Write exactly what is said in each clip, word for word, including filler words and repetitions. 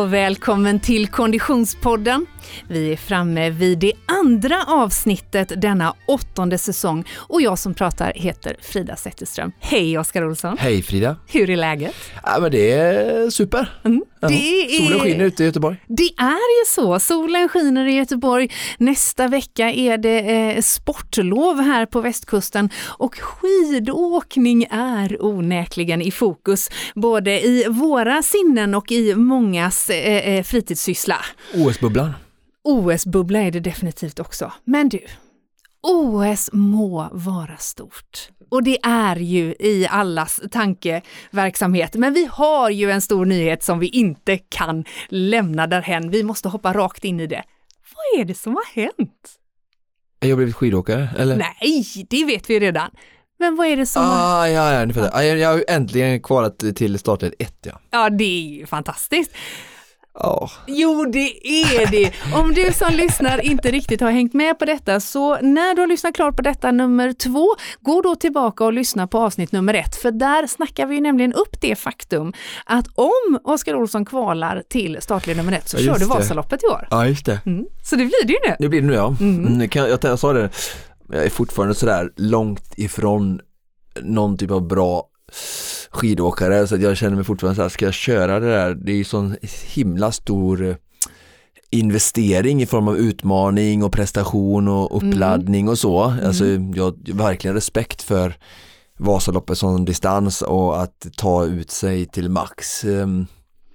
och välkommen till Konditionspodden. Vi är framme vid det andra avsnittet denna åttonde säsong och jag som pratar heter Frida Zetterström. Hej Oskar Olsson. Hej Frida. Hur är läget? Ja, men det är super. Mm. Ja. Det är... Solen skiner ute i Göteborg. Det är ju så. Solen skiner i Göteborg. Nästa vecka är det eh, sportlov här på västkusten och skidåkning är onäkligen i fokus. Både i våra sinnen och i mångas eh, fritidssyssla. O S-bubblan. O S-bubbla är det definitivt också. Men du, O S må vara stort. Och det är ju i allas tankeverksamhet. Men vi har ju en stor nyhet som vi inte kan lämna därhen. Vi måste hoppa rakt in i det. Vad är det som har hänt? Jag har blivit skidåkare, eller? Nej, det vet vi redan. Men vad är det som... Ah, ja, ja, ja. Ah, jag, jag har ju äntligen kvalat till startled ett, ja. Ja, det är ju fantastiskt. Oh. Jo, det är det. Om du som lyssnar inte riktigt har hängt med på detta, så när du har lyssnat klart på detta nummer två, gå då tillbaka och lyssna på avsnitt nummer ett. För där snackar vi nämligen upp det faktum att om Oskar Olsson kvalar till startled nummer ett så ja, kör du Vasaloppet i år. Ja, just det. Mm. Så det blir det ju nu. Det blir det nu, ja. Mm. Mm, jag, jag, jag sa det, jag är fortfarande sådär långt ifrån någon typ av bra skidåkare så att jag känner mig fortfarande så här, ska jag köra det där? Det är ju sån himla stor investering i form av utmaning och prestation och uppladdning mm. och så. Alltså mm. jag har verkligen respekt för Vasaloppet som distans och att ta ut sig till max. Um,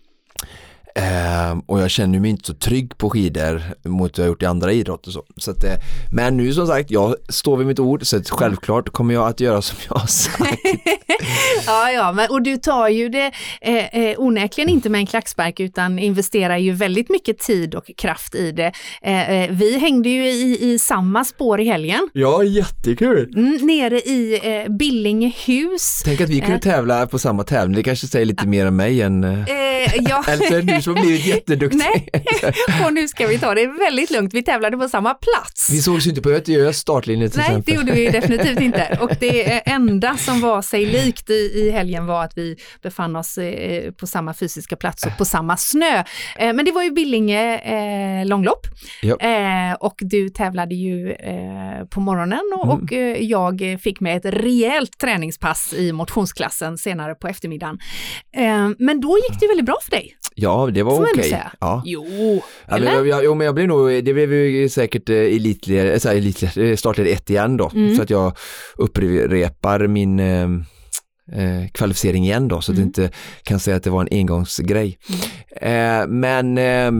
och jag känner mig inte så trygg på skidor mot vad jag gjort i andra idrotter så. Så att, men nu som sagt, jag står vid mitt ord så att självklart kommer jag att göra som jag har sagt. ja, ja, men, och du tar ju det eh, eh, onäkligen inte med en klackspark utan investerar ju väldigt mycket tid och kraft i det. Eh, eh, vi hängde ju i, i samma spår i helgen. Ja, jättekul! Mm, nere i eh, Billingehus. Tänk att vi kunde eh. tävla på samma tävling. Det kanske säger lite mer om mig än... Eh, ja. Eller så är det du som har blivit jätteduktig. Nej, och nu ska vi ta det väldigt lugnt. Vi tävlade på samma plats. Vi sågs inte på Göteborgs startlinje till Nej, exempel. det gjorde vi definitivt inte. Och det enda som var sig likt i, i helgen var att vi befann oss eh, på samma fysiska plats och på samma snö. Eh, men det var ju Billinge eh, långlopp. Ja. Eh, och du tävlade ju eh, på morgonen och, mm. och eh, jag fick med ett rejält träningspass i motionsklassen senare på eftermiddagen. Eh, men då gick det väldigt bra för dig. Ja, det var okej. Okay. Ja. Jo, ja, men jag, jag, jo, men jag blev nog, det blev ju säkert elitledare, så här, elitledare, startled ett igen då. Mm. Så att jag upprepar min eh, eh, kvalificering igen då. Så mm. att jag inte kan säga att det var en engångsgrej. Mm. Eh, men eh,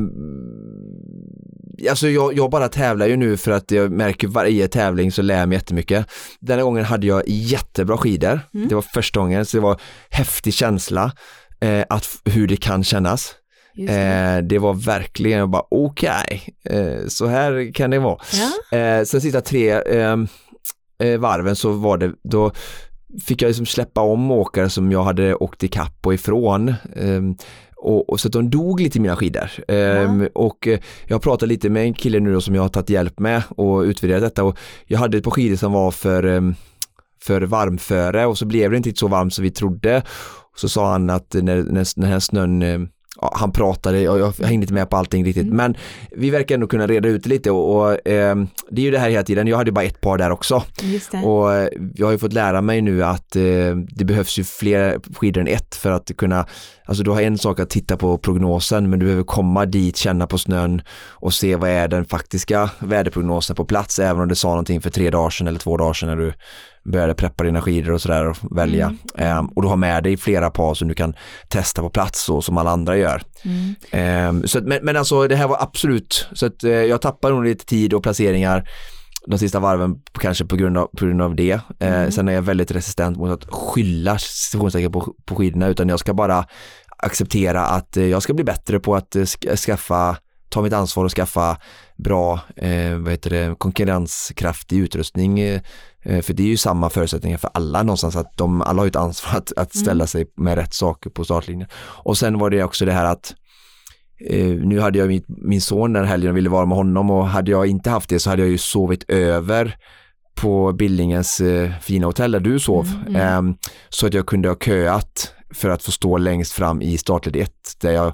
alltså jag, jag bara tävlar ju nu för att jag märker varje tävling så lär jag mig jättemycket. Denna gången hade jag jättebra skidor. Mm. Det var första gången så det var häftig känsla. Eh, att hur det kan kännas. Det. Eh, det var verkligen bara okej. Okay. Eh, så här kan det vara. Ja. Eh, sen sista tre eh, eh, varven så var det då fick jag liksom släppa om åkare som jag hade åkt i kapp och ifrån. Eh, och, och så att de dog lite i mina skidor. Eh, ja. Och eh, jag pratade lite med en kille nu då som jag har tagit hjälp med och utvärderat detta. Och jag hade ett par skidor som var för, eh, för varmföre och så blev det inte så varmt som vi trodde. Så sa han att när, när den här snön, ja, han pratade och jag hängde inte med på allting riktigt. Mm. Men vi verkar ändå kunna reda ut lite och, och eh, det är ju det här hela tiden. Jag hade bara ett par där också. Just det. Och eh, jag har ju fått lära mig nu att eh, det behövs ju fler skidor än ett för att kunna, alltså du har en sak att titta på prognosen men du behöver komma dit, känna på snön och se vad är den faktiska väderprognosen på plats även om det sa någonting för tre dagar sedan eller två dagar sedan när du började preppa dina skidor och sådär och välja. Mm. Um, och du har med dig flera par som du kan testa på plats så, som alla andra gör. Mm. Um, så att, men, men alltså det här var absolut så att uh, jag tappade nog lite tid och placeringar de sista varven kanske på grund av, på grund av det. Mm. Uh, sen är jag väldigt resistent mot att skylla situationstecken på, på skidorna utan jag ska bara acceptera att uh, jag ska bli bättre på att uh, skaffa ta mitt ansvar och skaffa bra eh, vad heter det, konkurrenskraftig utrustning eh, för det är ju samma förutsättningar för alla någonstans att de alla har ett ansvar att, att ställa mm. sig med rätt saker på startlinjen. Och sen var det också det här att eh, nu hade jag min, min son den helgen och ville vara med honom och hade jag inte haft det så hade jag ju sovit över på Billingens eh, fina hotell där du sov mm, mm. Eh, så att jag kunde ha köat för att få stå längst fram i startled ett där jag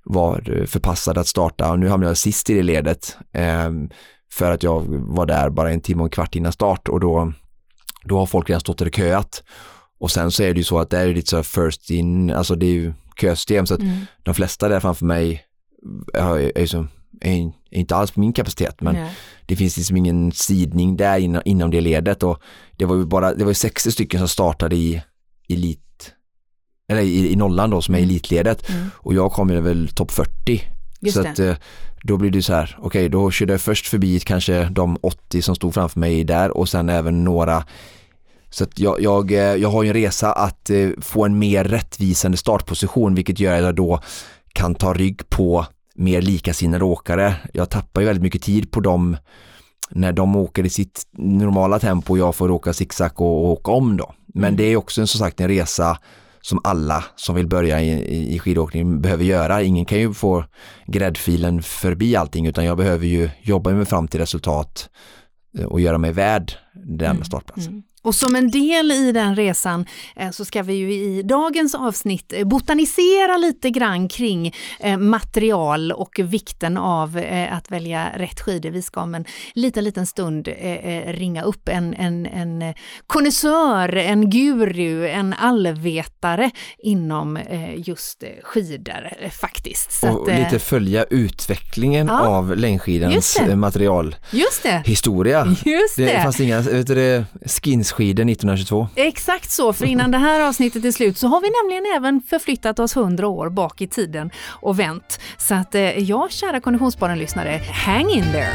var förpassad att starta och nu hamnade jag sist i det ledet eh, för att jag var där bara en timme och en kvart innan start och då, då har folk redan stått och köat och sen så är det ju så att det är lite så first in, alltså det är ju kösystem så att mm. de flesta där framför mig är, är, så, är, är inte alls på min kapacitet men Nej. Det finns liksom ingen sidning där inom, inom det ledet och det var ju bara, det var ju sextio stycken som startade i elit eller i, i nollan då som är elitledet mm. och jag kom ju väl topp fyrtio. Just så att då blir det så här, okej okay, då körde jag först förbi kanske de åttio som stod framför mig där och sen även några. Så att jag, jag, jag har ju en resa att få en mer rättvisande startposition vilket gör att jag då kan ta rygg på mer likasinnade åkare. Jag tappar ju väldigt mycket tid på dem när de åker i sitt normala tempo och jag får åka zigzag och, och åka om då. Men mm. det är också en, som sagt en resa som alla som vill börja i, i skidåkning behöver göra. Ingen kan ju få gräddfilen förbi allting utan jag behöver ju jobba mig fram till resultat och göra mig värd den mm. startplatsen. Mm. Och som en del i den resan eh, så ska vi ju i dagens avsnitt eh, botanisera lite grann kring eh, material och vikten av eh, att välja rätt skidor. Vi ska om en liten, liten stund eh, ringa upp en, en, en konnässör, en guru, en allvetare inom eh, just skidor eh, faktiskt. Så och att, eh, lite följa utvecklingen ja, av längdskidans material. Just det. Historia. Just det. Det fanns inga, vet du det, skins skiden nittonhundratjugotvå. Exakt så, för innan det här avsnittet är slut så har vi nämligen även förflyttat oss hundra år bak i tiden och vänt. Så att eh, ja, kära Konditionsbaren-lyssnare, hang in there!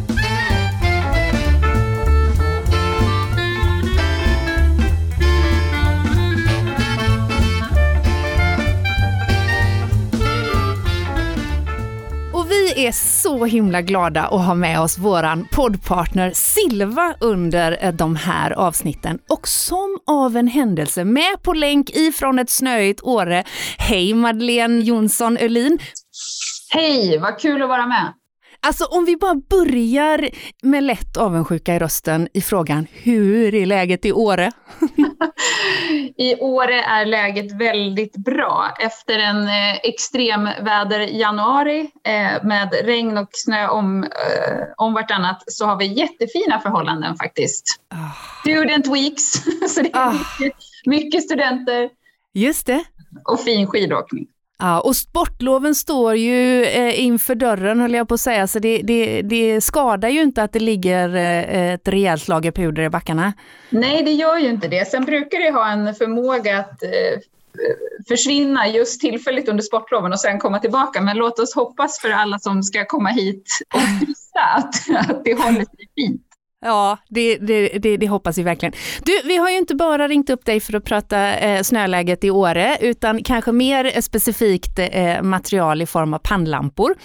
Vi är så himla glada att ha med oss våran poddpartner Silva under de här avsnitten. Och som av en händelse med på länk ifrån ett snöigt Åre. Hej Madeleine Jonsson Öhlin. Hej, vad kul att vara med. Alltså om vi bara börjar med lätt avundsjuka i rösten i frågan, hur är läget i Åre? I Åre är läget väldigt bra. Efter en eh, extremväder januari eh, med regn och snö om, eh, om vartannat så har vi jättefina förhållanden faktiskt. Oh. Student weeks, så det är oh. mycket, mycket studenter. Just det. Och fin skidåkning. Ja, och sportloven står ju eh, inför dörren höll jag på att säga, så det, det, det skadar ju inte att det ligger eh, ett rejält lager puder i backarna. Nej, det gör ju inte det. Sen brukar det ha en förmåga att eh, försvinna just tillfälligt under sportloven och sen komma tillbaka. Men låt oss hoppas för alla som ska komma hit och visa att, att det håller sig fint. Ja, det, det, det, det hoppas vi verkligen. Du, vi har ju inte bara ringt upp dig för att prata eh, snöläget i Åre utan kanske mer specifikt eh, material i form av pannlampor.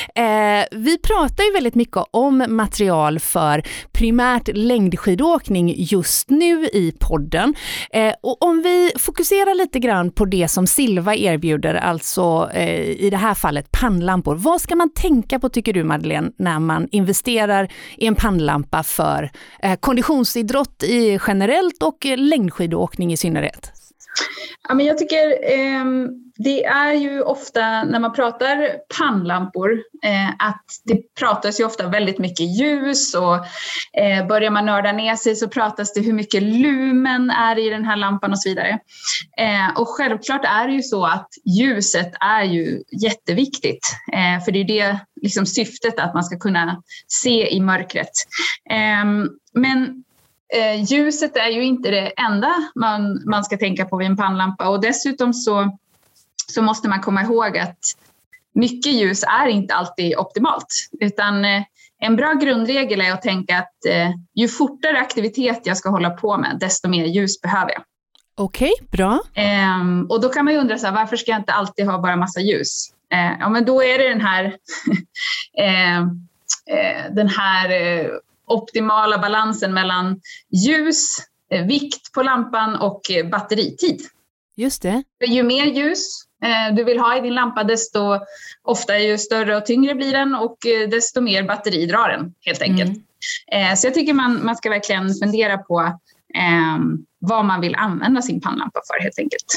Eh, vi pratar ju väldigt mycket om material för primärt längdskidåkning just nu i podden. Eh, och om vi fokuserar lite grann på det som Silva erbjuder, alltså eh, i det här fallet pannlampor. Vad ska man tänka på tycker du Madeleine när man investerar i en pannlampa för Eh, konditionsidrott i generellt och eh, längdskidåkning i synnerhet? Ja, men jag tycker eh, det är ju ofta när man pratar pannlampor eh, att det pratas ju ofta väldigt mycket ljus och eh, börjar man nörda ner sig så pratas det hur mycket lumen är i den här lampan och så vidare. Eh, och självklart är det ju så att ljuset är ju jätteviktigt eh, för det är det liksom syftet att man ska kunna se i mörkret. Eh, men Eh, ljuset är ju inte det enda man, man ska tänka på vid en pannlampa och dessutom så, så måste man komma ihåg att mycket ljus är inte alltid optimalt utan eh, en bra grundregel är att tänka att eh, ju fortare aktivitet jag ska hålla på med desto mer ljus behöver jag. Okej, okay, bra. Eh, och då kan man ju undra så här, varför ska jag inte alltid ha bara massa ljus? Eh, ja men då är det den här eh, eh, den här eh, optimala balansen mellan ljus, eh, vikt på lampan och eh, batteritid. Just det. Ju mer ljus eh, du vill ha i din lampa desto ofta ju större och tyngre blir den och eh, desto mer batteri drar den helt enkelt. Mm. Eh, så jag tycker man, man ska verkligen fundera på eh, vad man vill använda sin pannlampa för helt enkelt.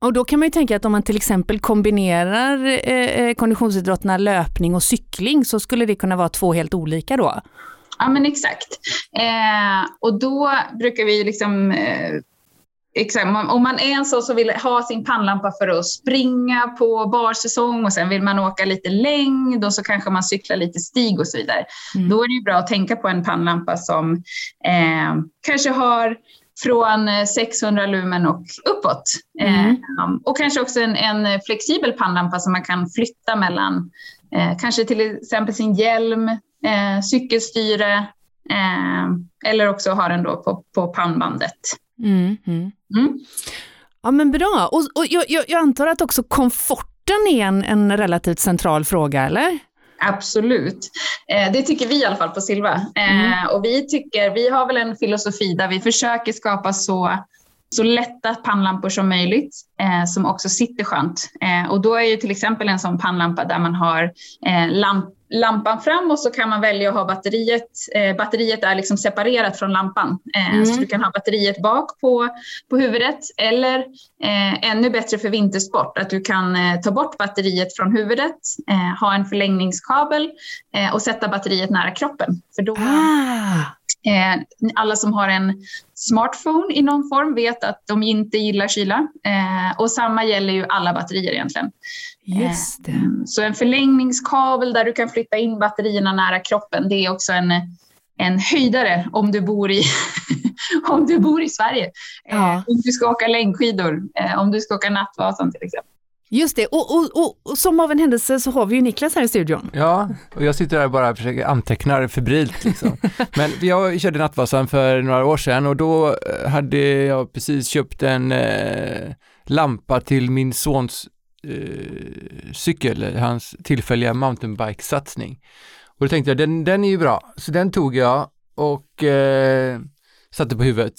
Och då kan man ju tänka att om man till exempel kombinerar eh, konditionsidrotterna löpning och cykling så skulle det kunna vara två helt olika då? Ja, men exakt. Eh, och då brukar vi liksom... Eh, exakt, om man är en så som vill ha sin pannlampa för att springa på barsäsong och sen vill man åka lite längd och så kanske man cyklar lite stig och så vidare. Mm. Då är det ju bra att tänka på en pannlampa som eh, kanske har från sexhundra lumen och uppåt. Mm. Eh, och kanske också en, en flexibel pannlampa som man kan flytta mellan eh, kanske till exempel sin hjälm, eh, cykelstyre eh, eller också ha den då på, på pannbandet. Mm, mm. Mm. Ja, men bra. Och, och jag, jag antar att också komforten är en, en relativt central fråga, eller? Absolut. Eh, det tycker vi i alla fall på Silva. Eh, mm. Och vi tycker, vi har väl en filosofi där vi försöker skapa så, så lätta pannlampor som möjligt eh, som också sitter skönt. Eh, och då är ju till exempel en sån pannlampa där man har eh, lamp lampan fram och så kan man välja att ha batteriet. Eh, batteriet är liksom separerat från lampan. Eh, mm. Så du kan ha batteriet bak på, på huvudet eller eh, ännu bättre för vintersport att du kan eh, ta bort batteriet från huvudet, eh, ha en förlängningskabel eh, och sätta batteriet nära kroppen. För då ah. eh, alla som har en smartphone i någon form vet att de inte gillar kyla. Eh, och samma gäller ju alla batterier egentligen. Just det. Så en förlängningskabel där du kan flytta in batterierna nära kroppen, det är också en, en höjdare om du bor i, om du bor i Sverige. Ja. Eh, om du ska åka längdskidor, eh, om du ska åka Nattvasan till exempel. Just det, och, och, och, och som av en händelse så har vi ju Niklas här i studion. Ja, och jag sitter där och bara försöker anteckna febrilt liksom. Men jag körde Nattvasan för några år sedan och då hade jag precis köpt en eh, lampa till min sons eh, cykel, hans tillfälliga mountainbike-satsning. Och då tänkte jag, den, den är ju bra. Så den tog jag och eh, satte på huvudet.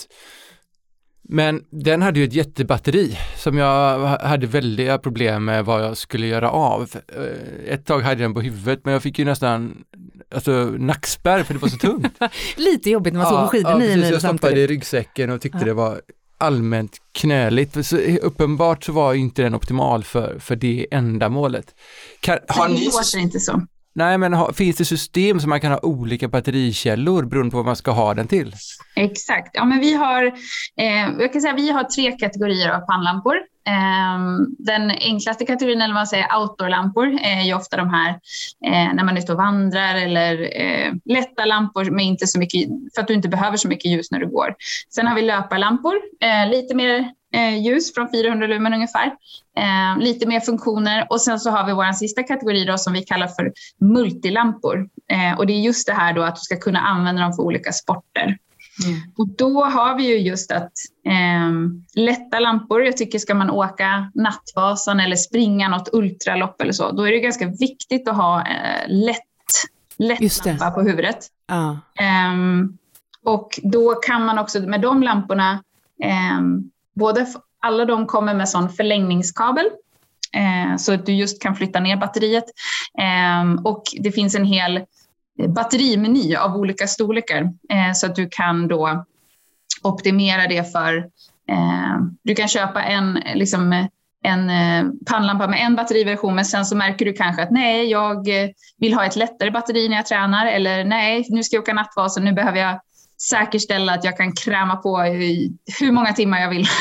Men den hade ju ett jättebatteri som jag hade väldiga problem med vad jag skulle göra av. Ett tag hade jag den på huvudet men jag fick ju nästan alltså, nackspärr för det var så tungt. Lite jobbigt när man ja, såg skidor ja, nio mil jag stoppade samtidigt. i ryggsäcken och tyckte ja. det var allmänt knöligt. Så uppenbart så var inte den optimal för, för det ändamålet. Kan, har ni... Det låter inte så. Nej, men ha, finns det system som man kan ha olika batterikällor beroende på vad man ska ha den till? Exakt. Ja, men vi har, eh, jag kan säga, vi har tre kategorier av pannlampor. Eh, den enklaste kategorin, eller man säger outdoorlampor, är ju ofta de här eh, när man är ute och vandrar eller eh, lätta lampor med inte så mycket, för att du inte behöver så mycket ljus när du går. Sen har vi löparlampor, eh, lite mer eh, ljus från fyrahundra lumen ungefär. Eh, lite mer funktioner och sen så har vi vår sista kategori då, som vi kallar för multilampor. Eh, och det är just det här då att du ska kunna använda dem för olika sporter. Mm. Och då har vi ju just att eh, lätta lampor, jag tycker ska man åka Nattvasan eller springa något ultralopp eller så, då är det ganska viktigt att ha eh, lätt, lätt lampa på huvudet. Ah. Eh, och då kan man också med de lamporna eh, både alla de kommer med sån förlängningskabel eh, så att du just kan flytta ner batteriet. Eh, och det finns en hel batterimeny av olika storlekar eh, så att du kan då optimera det för... Eh, du kan köpa en, liksom, en eh, pannlampa med en batteriversion men sen så märker du kanske att nej, jag vill ha ett lättare batteri när jag tränar eller nej, nu ska jag åka Nattvasan, nu behöver jag säkerställa att jag kan kräma på i hur många timmar jag vill.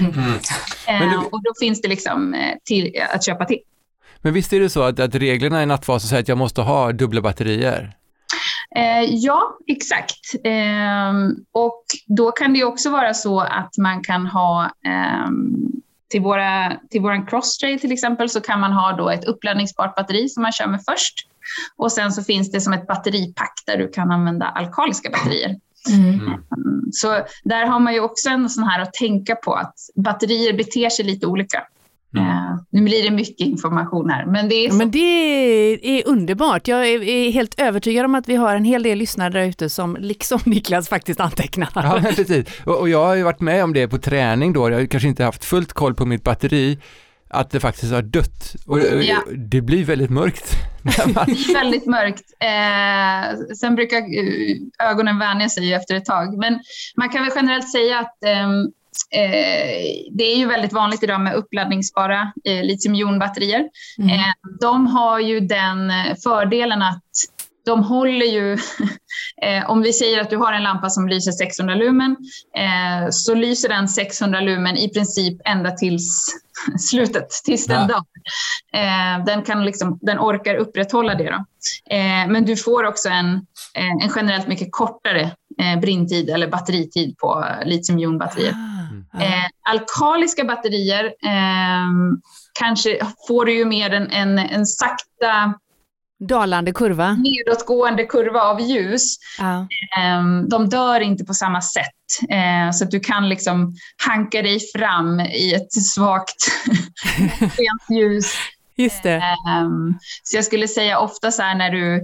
Mm. du... Och då finns det liksom till, att köpa till. Men visst är det så att, att reglerna i Nattvasan säger att jag måste ha dubbla batterier? Eh, ja, exakt. Eh, och då kan det också vara så att man kan ha eh, till, våra, till våran crosstrail till exempel så kan man ha då ett uppladdningsbart batteri som man kör med först. Och sen så finns det som ett batteripack där du kan använda alkaliska batterier. Mm. Så där har man ju också en sån här att tänka på att batterier beter sig lite olika. Mm. Uh, nu blir det mycket information här, men det är så... Men det är underbart. Jag är, är helt övertygad om att vi har en hel del lyssnare där ute som liksom Niklas faktiskt antecknar. Ja, precis. Och, och jag har ju varit med om det på träning då. Jag har kanske inte haft fullt koll på mitt batteri, att det faktiskt har dött. Och ja. Det blir väldigt mörkt. Man... Det blir väldigt mörkt. Eh, sen brukar ögonen vänja sig efter ett tag. Men man kan väl generellt säga att eh, eh, det är ju väldigt vanligt idag med uppladdningsbara eh, litium-ionbatterier. Mm. Eh, de har ju den fördelen att de håller ju, eh, om vi säger att du har en lampa som lyser sexhundra lumen, eh, så lyser den sexhundra lumen i princip ända tills slutet, tills den dör. Eh, den, kan liksom, den orkar upprätthålla det då. Eh, men du får också en, en generellt mycket kortare eh, brintid eller batteritid på litium-ionbatterier. Ah, ah. Eh, alkaliska batterier eh, kanske får du ju mer en, en, en sakta dalande kurva. Nedåtgående kurva av ljus. Ja. De dör inte på samma sätt. Så att du kan liksom hanka dig fram i ett svagt ljus. Just det. Så jag skulle säga ofta så här när du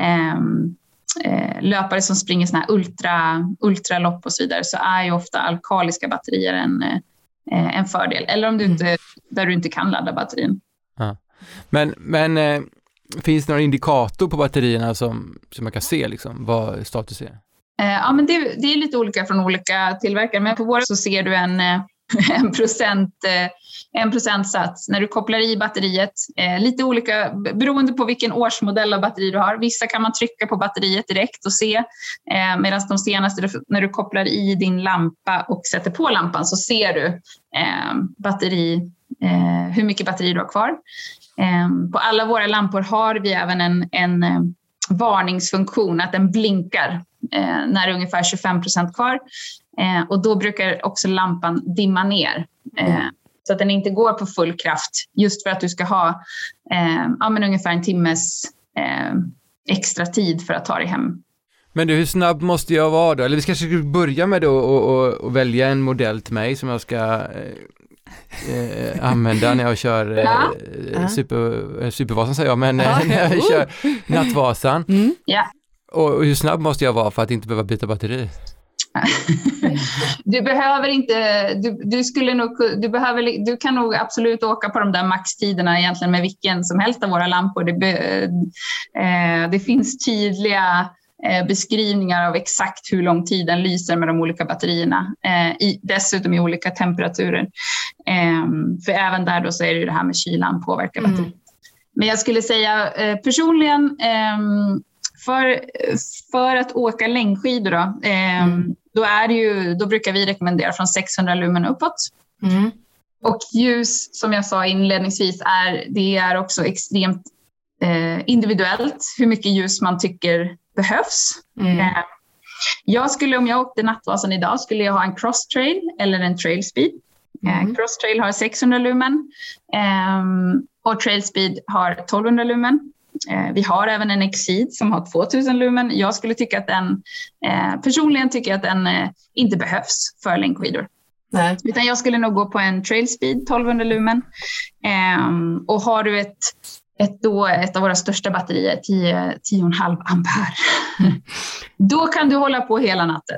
löpare som springer såna här ultra, ultralopp och så vidare, så är ju ofta alkaliska batterier en, en fördel. Eller om du inte, mm. där du inte kan ladda batterien. Ja. Men, men finns det någon indikator på batterierna som, som man kan se liksom, vad status är? Ja, men det, det är lite olika från olika tillverkare. Men på våra så ser du en, en, procent, en procentsats när du kopplar i batteriet. Lite olika beroende på vilken årsmodell av batteri du har. Vissa kan man trycka på batteriet direkt och se. Medan de senaste, när du kopplar i din lampa och sätter på lampan, så ser du batteri, hur mycket batteri du har kvar. På alla våra lampor har vi även en, en varningsfunktion, att den blinkar när det är ungefär tjugofem procent kvar. Och då brukar också lampan dimma ner. Så att den inte går på full kraft, just för att du ska ha ja, men ungefär en timmes extra tid för att ta dig hem. Men du, hur snabb måste jag vara då? Eller vi ska kanske börja med då och, och, och välja en modell till mig som jag ska Eh, använda när jag kör eh, super, supervasan säger jag, men eh, när jag kör nattvasan. Mm. Yeah. Och, och hur snabb måste jag vara för att inte behöva byta batteri? Du behöver inte, du, du skulle nog, du behöver, du kan nog absolut åka på de där maxtiderna egentligen med vilken som helst av våra lampor. Det, eh, det finns tydliga beskrivningar av exakt hur lång tid den lyser med de olika batterierna, eh, i, dessutom i olika temperaturer. Eh, för även där då så är det ju det här med kylan påverkar batteriet. Mm. Men jag skulle säga eh, personligen eh, för, för att åka längdskidor då, eh, mm. då, är det ju, då brukar vi rekommendera från sexhundra lumen uppåt. Mm. Och ljus, som jag sa inledningsvis, är, det är också extremt eh, individuellt hur mycket ljus man tycker behövs. Mm. Jag skulle, om jag åkte nattvasan idag, skulle jag ha en crosstrail eller en trailspeed. Mm. Crosstrail har sexhundra lumen och trailspeed har tolvhundra lumen. Vi har även en Exceed som har tvåtusen lumen. Jag skulle tycka att den, personligen tycker jag att den inte behövs för längdskidor. Nej. Utan jag skulle nog gå på en trailspeed tolvhundra lumen. Och har du ett Ett, då, ett av våra största batterier, tio komma fem ampere. Mm. Då kan du hålla på hela natten.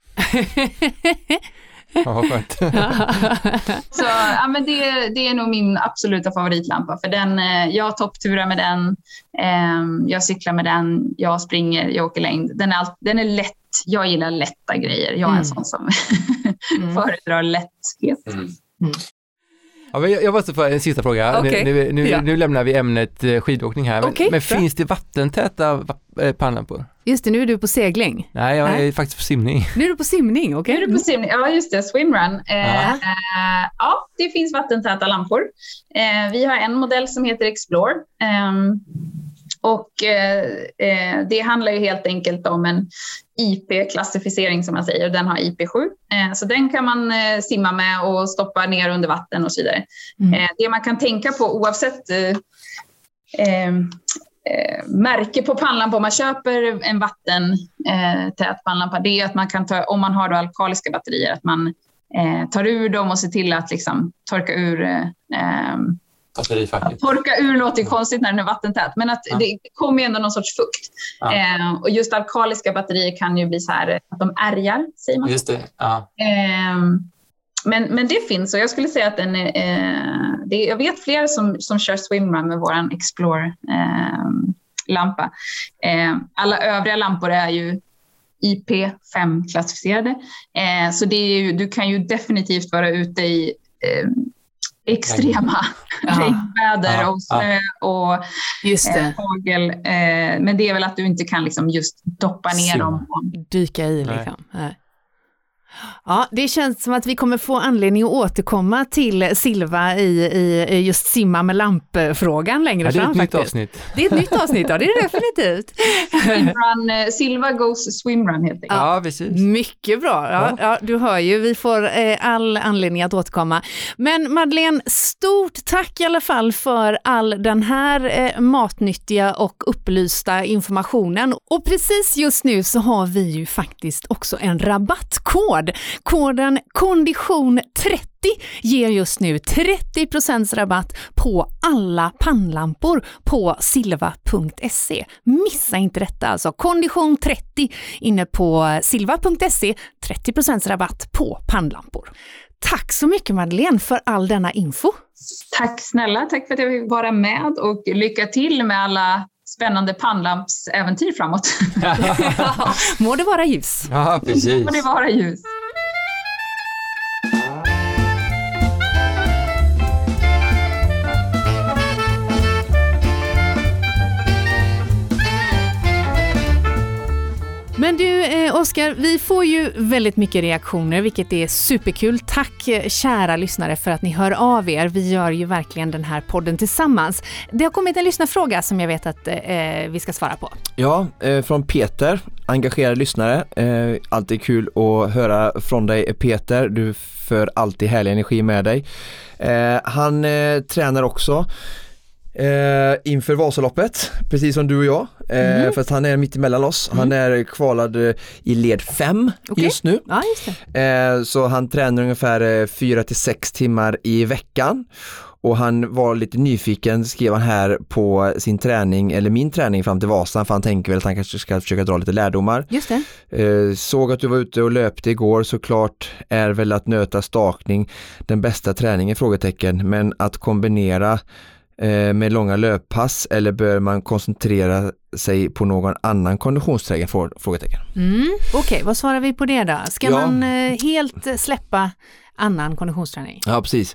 Ja, skönt. Så ja, men det, det är nog min absoluta favoritlampa. För den, jag toppturar med den, eh, jag cyklar med den, jag springer, jag åker längd. Den är, all, den är lätt. Jag gillar lätta grejer. Jag är mm. en sån som mm. föredrar lätthet. Mm. Mm. Ja, men jag måste få en sista fråga. Okay. Nu, nu, nu, ja. nu lämnar vi ämnet skidåkning här. Men, okay, men finns det vattentäta pannlampor? Just det, nu är du på segling. Nej, jag Nej. är faktiskt på simning. Nu är du på simning, okej. Okay. Nu är du på simning, ja just det, swimrun. Ja. Eh, eh, ja, det finns vattentäta lampor. Eh, vi har en modell som heter Explore. Eh, och eh, det handlar ju helt enkelt om en I P-klassificering som man säger. Den har I P sju. Eh, så den kan man eh, simma med och stoppa ner under vatten och så vidare. Mm. Eh, det man kan tänka på oavsett eh, eh, märke på pannlampa, om man köper en vattentät eh, pannlampa, det är att man kan ta, om man har då alkaliska batterier, att man eh, tar ur dem och ser till att liksom torka ur eh, torka ur låter ju konstigt när den är vattentät, men att ja. det kommer ju ändå någon sorts fukt. Ja. Eh, och just alkaliska batterier kan ju bli så här att de ärgar, säger man. Just det, ja. Eh, men, men det finns, och jag skulle säga att den är, eh, det, jag vet flera som, som kör swimrun med våran Explore eh, lampa. Eh, alla övriga lampor är ju I P fem-klassificerade. Eh, så det är ju, du kan ju definitivt vara ute i eh, extrema ja. regnväder Ja. och snö och Just det. eh, hagel. Eh, men det är väl att du inte kan liksom just doppa ner Simma. dem. Dyka i Nej. liksom. Nej. Ja, det känns som att vi kommer få anledning att återkomma till Silva i, i just simma med lampfrågan längre Ja, det är fram ett nytt faktiskt. avsnitt. Det är ett nytt avsnitt, ja det är det definitivt. Swimrun, eh, Silva goes swimrun helt enkelt. Ja, precis. Mycket bra, ja, ja, du hör ju, vi får eh, all anledning att återkomma. Men Madeleine, stort tack i alla fall för all den här eh, matnyttiga och upplysta informationen. Och precis just nu så har vi ju faktiskt också en rabattkod. Koden kondition trettio ger just nu trettio procent rabatt på alla pannlampor på silva punkt se. Missa inte detta alltså. kondition trettio inne på silva punkt se. trettio procent rabatt på pannlampor. Tack så mycket Madeleine för all denna info. Tack snälla, tack för att jag fick vara med och lycka till med alla spännande pannlampsäventyr framåt. Må det vara ljus. Ja, precis. Må det vara ljus. Men du eh, Oskar, vi får ju väldigt mycket reaktioner, vilket är superkul. Tack eh, kära lyssnare för att ni hör av er. Vi gör ju verkligen den här podden tillsammans. Det har kommit en lyssnarfråga som jag vet att eh, vi ska svara på. Ja, eh, från Peter, engagerad lyssnare. Eh, alltid kul att höra från dig Peter. Du för alltid härlig energi med dig. Eh, han eh, tränar också Eh, inför Vasaloppet, precis som du och jag, eh, Mm. för att han är mitt emellan oss. Mm. Han är kvalad eh, i led fem Okej. just nu. Ja, just det. Eh, så han tränar ungefär eh, fyra till sex timmar i veckan. Och han var lite nyfiken, skrev han här, på sin träning, eller min träning fram till Vasan, för han tänker väl att han kanske ska försöka dra lite lärdomar. Just det. Eh, såg att du var ute och löpte igår, såklart är väl att nöta stakning den bästa träningen, frågetecken, men att kombinera eh, med långa löppass, eller bör man koncentrera sig på någon annan konditionsträning, frågetecken. Mm. Okej, okay, vad svarar vi på det då? Ska Ja. man eh, helt släppa annan konditionsträning? Ja, precis.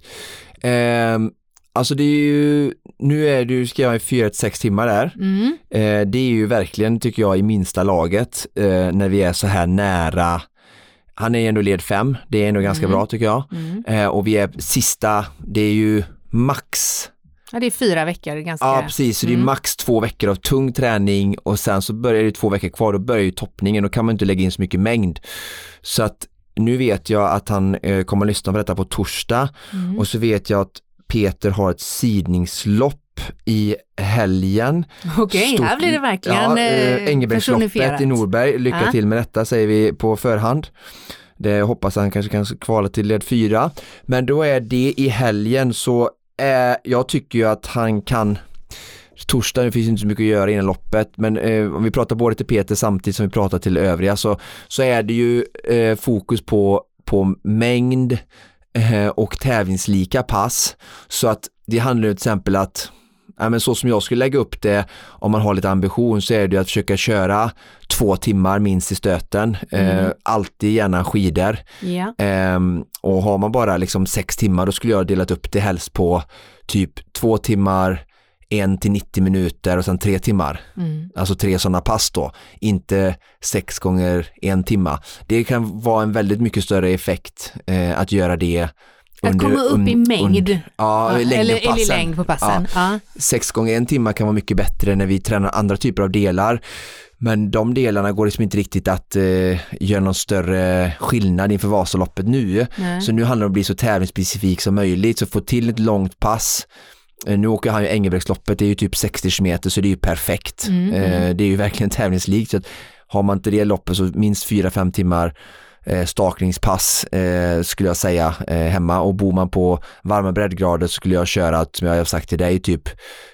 Eh, alltså det är ju, nu är du, ska jag i fyra till sex timmar där. Mm. Eh, det är ju verkligen, tycker jag, i minsta laget eh, när vi är så här nära. Han är ändå led fem, det är ändå ganska Mm. bra tycker jag. Mm. Eh, och vi är sista, det är ju max. Ja, det är fyra veckor ganska. Ja, precis, så det är Mm. max två veckor av tung träning, och sen så börjar det två veckor kvar, då börjar ju toppningen, då kan man inte lägga in så mycket mängd. Så att nu vet jag att han eh, kommer att lyssna på detta på torsdag. Mm. Och så vet jag att Peter har ett sidningslopp i helgen. Okej, Stort- här blir det verkligen ja, eh, eh, Engelbrektsloppet personifierat. i Norberg. Lycka Ja. till med detta, säger vi på förhand. Det hoppas han kanske kan kvala till led fyra. Men då är det i helgen, så eh, jag tycker ju att han kan. Torsdag, det finns inte så mycket att göra innan loppet, men eh, om vi pratar både till Peter samtidigt som vi pratar till övriga, så, så är det ju eh, fokus på, på mängd eh, och tävlingslika pass. Så att det handlar ju till exempel att, ja, men så som jag skulle lägga upp det, om man har lite ambition, så är det ju att försöka köra två timmar minst i stöten. Eh, Mm. alltid gärna skidor. Ja. Ehm, och har man bara liksom sex timmar, då skulle jag ha delat upp det helst på typ två timmar, en till nittio minuter och sen tre timmar. Mm. Alltså tre sådana pass då. Inte sex gånger en timma. Det kan vara en väldigt mycket större effekt eh, att göra det. Att komma upp i mängd. ja, Ja, längden eller, på passen. eller längd på passen. Ja. Sex gånger en timma kan vara mycket bättre när vi tränar andra typer av delar. Men de delarna går liksom inte riktigt att eh, göra någon större skillnad inför Vasaloppet nu. Nej. Så nu handlar det om att bli så tävlingsspecifik som möjligt. Så få till ett långt pass. Eh, nu åker han ju Engelbrektsloppet, det är ju typ sextio meter, så det är ju perfekt. Mm, Eh, mm. det är ju verkligen tävlingslikt. Så att har man inte det loppet, så minst fyra fem timmar eh, stakningspass eh, skulle jag säga eh, hemma. Och bor man på varma breddgrader, så skulle jag köra, att, som jag har sagt till dig, typ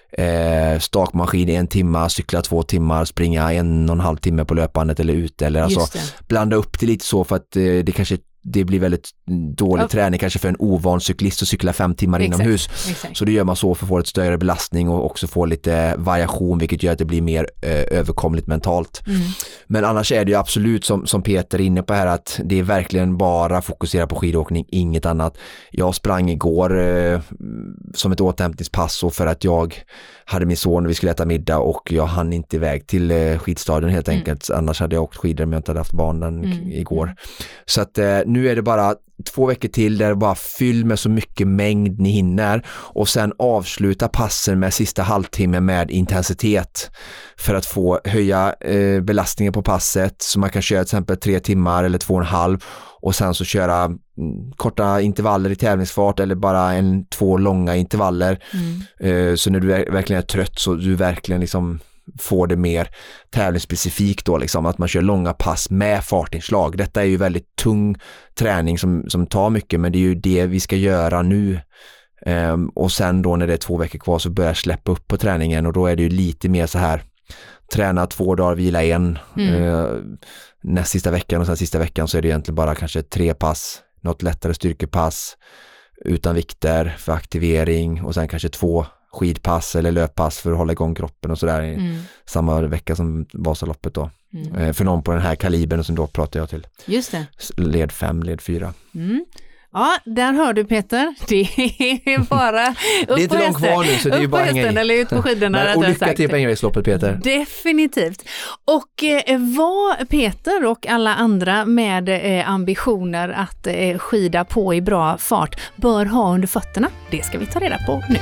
eh, stakmaskin en timma, cykla två timmar, springa en och en halv timme på löpbandet eller ute, eller alltså Just det. blanda upp det lite så, för att eh, det kanske det blir väldigt dålig okay. träning kanske för en ovan cyklist att cykla fem timmar Exakt. inomhus. Exakt. Så det gör man så för att få ett större belastning och också få lite variation, vilket gör att det blir mer eh, överkomligt mentalt. Mm. Men annars är det ju absolut som, som Peter är inne på här, att det är verkligen bara fokusera på skidåkning, inget annat. Jag sprang igår eh, som ett återhämtningspass och för att jag hade min son och vi skulle äta middag och jag hann inte iväg till eh, skidstadion helt mm. enkelt. Annars hade jag åkt skidor men jag inte hade haft barnen mm. igår. Så att eh, nu är det bara två veckor till där det bara fyll med så mycket mängd ni hinner och sen avsluta passen med sista halvtimme med intensitet för att få höja eh, belastningen på passet, så man kan köra till exempel tre timmar eller två och en halv och sen så köra mm, korta intervaller i tävlingsfart eller bara en två långa intervaller. Mm. Eh, så när du är, verkligen är trött så du verkligen liksom får det mer tävlingsspecifikt då, liksom, att man kör långa pass med fartinslag. Detta är ju väldigt tung träning som, som tar mycket, men det är ju det vi ska göra nu. Um, och sen då när det är två veckor kvar så börjar jag släppa upp på träningen och då är det ju lite mer så här, träna två dagar, vila en. Mm. Uh, näst sista veckan och sen sista veckan så är det egentligen bara kanske tre pass, något lättare styrkepass utan vikter för aktivering och sen kanske två skidpass eller löppass för att hålla igång kroppen och sådär i mm. samma vecka som Vasaloppet då. Mm. Eh, för någon på den här kalibern som då pratar jag till. Just det. Led fem, led fyra. Mm. Ja, där hör du Peter. Det är bara upp det är inte långt kvar nu så det är ju bara hästen eller ut på skidorna. Men, och lycka till på Ängelviksloppet, Peter. Definitivt. Och eh, vad Peter och alla andra med eh, ambitioner att eh, skida på i bra fart bör ha under fötterna, det ska vi ta reda på nu.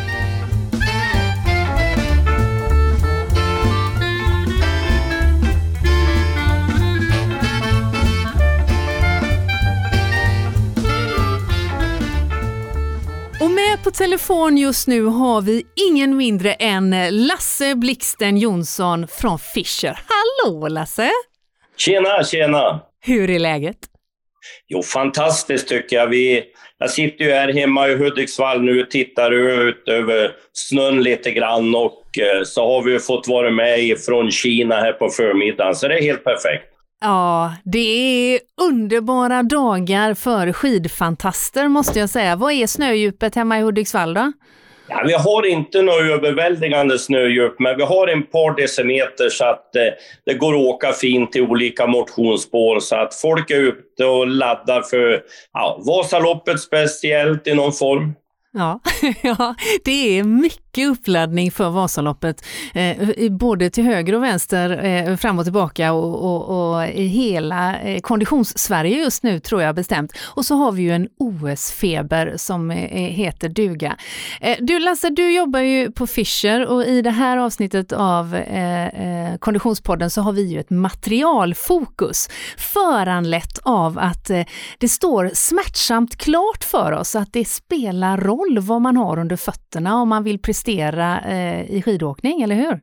Och med på telefon just nu har vi ingen mindre än Lasse Blixten Jonsson från Fischer. Hallå Lasse! Tjena, tjena! Hur är läget? Jo, fantastiskt tycker jag. Vi, jag sitter ju här hemma i Hudiksvall nu och tittar ut över snön lite grann och så har vi fått vara med från Kina här på förmiddagen, så det är helt perfekt. Ja, det är underbara dagar för skidfantaster måste jag säga. Vad är snödjupet hemma i Hudiksvall då? Ja, vi har inte något överväldigande snödjup, men vi har en par decimeter så att eh, det går att åka fint i olika motionsspår så att folk är ute och laddar för ja, Vasaloppet speciellt i någon form. Ja, ja, det är mycket uppladdning för Vasaloppet, eh, både till höger och vänster, eh, fram och tillbaka och, och, och i hela eh, konditions-Sverige just nu tror jag bestämt. Och så har vi ju en O S-feber som eh, heter duga. Eh, du Lasse, du jobbar ju på Fischer och i det här avsnittet av eh, eh, Konditionspodden så har vi ju ett materialfokus föranlett av att eh, det står smärtsamt klart för oss att det spelar roll vad man har under fötterna om man vill prestera eh, i skidåkning, eller hur?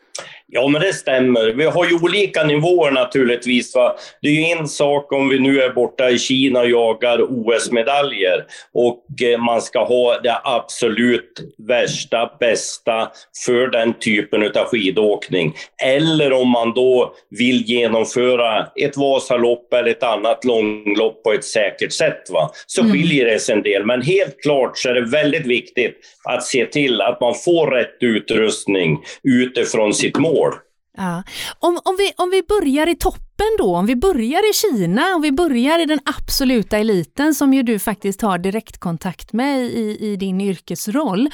Ja, men det stämmer. Vi har ju olika nivåer naturligtvis. Va? Det är ju en sak om vi nu är borta i Kina och jagar O S-medaljer och eh, man ska ha det absolut värsta, bästa för den typen av skidåkning. Eller om man då vill genomföra ett Vasalopp eller ett annat långlopp på ett säkert sätt. Va? Så mm. skiljer det sig en del. Men helt klart så är det väldigt viktigt att se till att man får rätt utrustning utifrån sitt mål. Ja. Om, om, vi, om vi börjar i toppen då, om vi börjar i Kina, om vi börjar i den absoluta eliten som ju du faktiskt har direktkontakt med i, i din yrkesroll.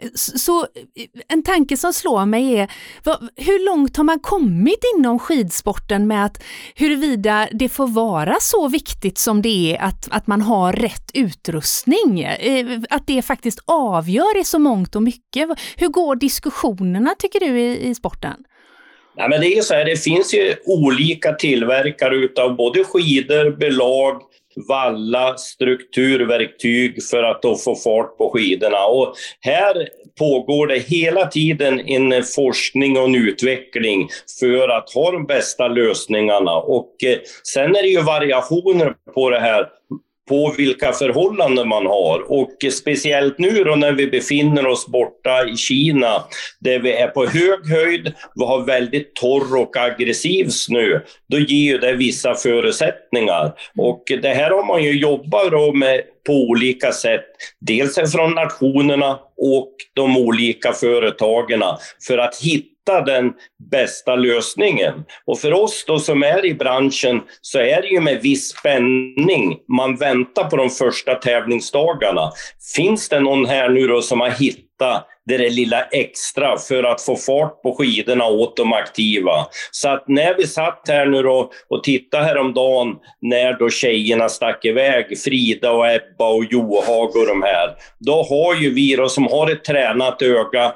Så en tanke som slår mig är, vad, hur långt har man kommit inom skidsporten med att huruvida det får vara så viktigt som det är att, att man har rätt utrustning? Att det faktiskt avgör i så mångt och mycket. Hur går diskussionerna tycker du i, i sporten? Ja, men det är så här, det finns ju olika tillverkare utav både skidor, belag, valla, strukturverktyg för att då få fart på skidorna. Och här pågår det hela tiden en forskning och en utveckling för att ha de bästa lösningarna. Och eh, sen är det ju variationer på det här. på vilka förhållanden man har. Och speciellt nu då när vi befinner oss borta i Kina där vi är på hög höjd, vi har väldigt torr och aggressiv snö, då ger ju det vissa förutsättningar. Och det här har man ju jobbat då med på olika sätt, dels från nationerna och de olika företagen för att hitta den bästa lösningen. Och för oss då som är i branschen så är det ju med viss spänning man väntar på de första tävlingsdagarna. Finns det någon här nu då som har hittat det där lilla extra för att få fart på skidorna åt de aktiva? Så att när vi satt här nu då och tittade häromdagen när då tjejerna stack iväg, Frida och Ebba och Johag och de här, då har ju vi då som har ett tränat öga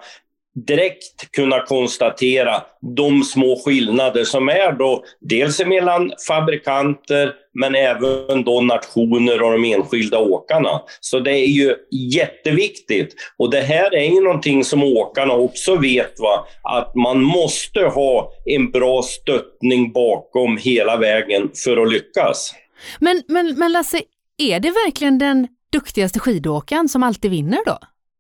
direkt kunna konstatera de små skillnader som är då dels mellan fabrikanter men även då nationer och de enskilda åkarna. Så det är ju jätteviktigt, och det här är ju någonting som åkarna också vet, va? Att man måste ha en bra stöttning bakom hela vägen för att lyckas. Men, men, men Lasse, är det verkligen den duktigaste skidåkaren som alltid vinner då?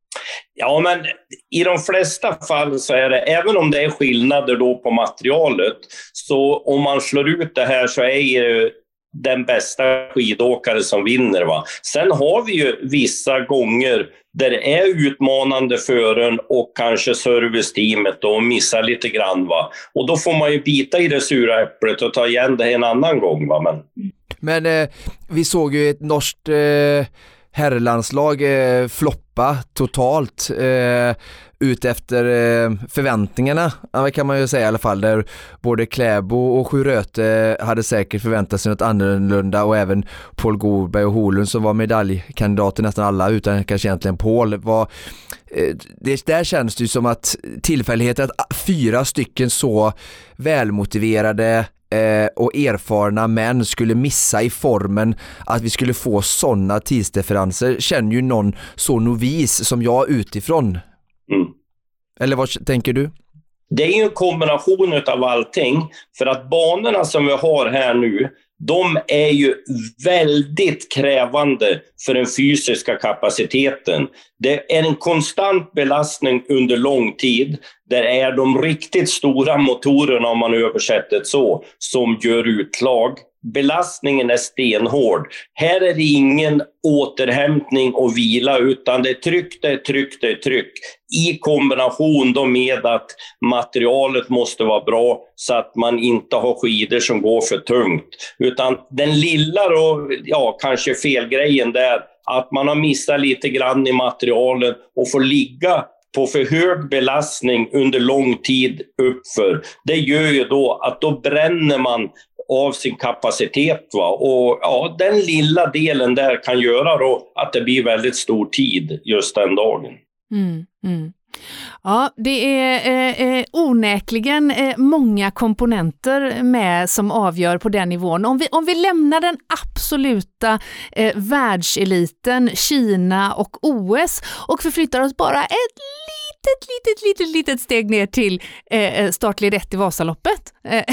Ja, men i de flesta fall så är det, även om det är skillnader då på materialet, så om man slår ut det här så är ju den bästa skidåkare som vinner, va. Sen har vi ju vissa gånger där det är utmanande fören och kanske serviceteamet och missar lite grann, va. Och då får man ju bita i det sura äpplet och ta igen det en annan gång, va. Men, Men eh, vi såg ju ett norskt eh, herrlandslag eh, floppa totalt eh, ut efter eh, förväntningarna, ja, kan man ju säga i alla fall, där både Kläbo och Sjuröte hade säkert förväntat sig något annorlunda, och även Paul Gorberg och Holund som var medaljkandidater nästan alla, utan kanske egentligen Paul var, eh, det där känns det ju som att tillfälligheten att fyra stycken så välmotiverade och erfarna män skulle missa i formen, att vi skulle få sådana tidsdifferenser, känner ju någon så novis som jag utifrån. Mm. Eller vad tänker du? Det är ju en kombination av allting, för att banorna som vi har här nu, de är ju väldigt krävande för den fysiska kapaciteten. Det är en konstant belastning under lång tid. Det är de riktigt stora motorerna, om man översätter det så, som gör utslag. Belastningen är stenhård. Här är det ingen återhämtning och vila, utan det är tryck, det är tryck, det är tryck. I kombination då med att materialet måste vara bra så att man inte har skidor som går för tungt. Utan den lilla då, ja, kanske felgrejen där, att man har missat lite grann i materialen och får ligga på för hög belastning under lång tid uppför. Det gör ju då att då bränner man av sin kapacitet, va? Och ja, den lilla delen där kan göra då att det blir väldigt stor tid just den dagen. Mm, mm. Ja, det är eh, eh, onäkligen eh, många komponenter med som avgör på den nivån. Om vi, om vi lämnar den absoluta eh, världseliten, Kina och O S, och förflyttar oss bara ett litet, litet, litet, litet steg ner till eh, startled ett i Vasaloppet.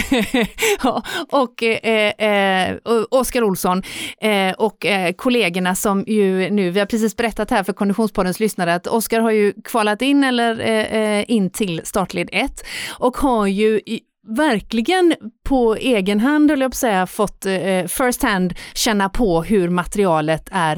ja, och eh, eh, Oskar Olsson eh, och eh, kollegorna som ju nu, vi har precis berättat här för Konditionspoddens lyssnare att Oskar har ju kvalat in eller eh, in till startled ett och har ju i, verkligen på egen hand, höll jag på att säga, fått eh, first hand känna på hur materialet är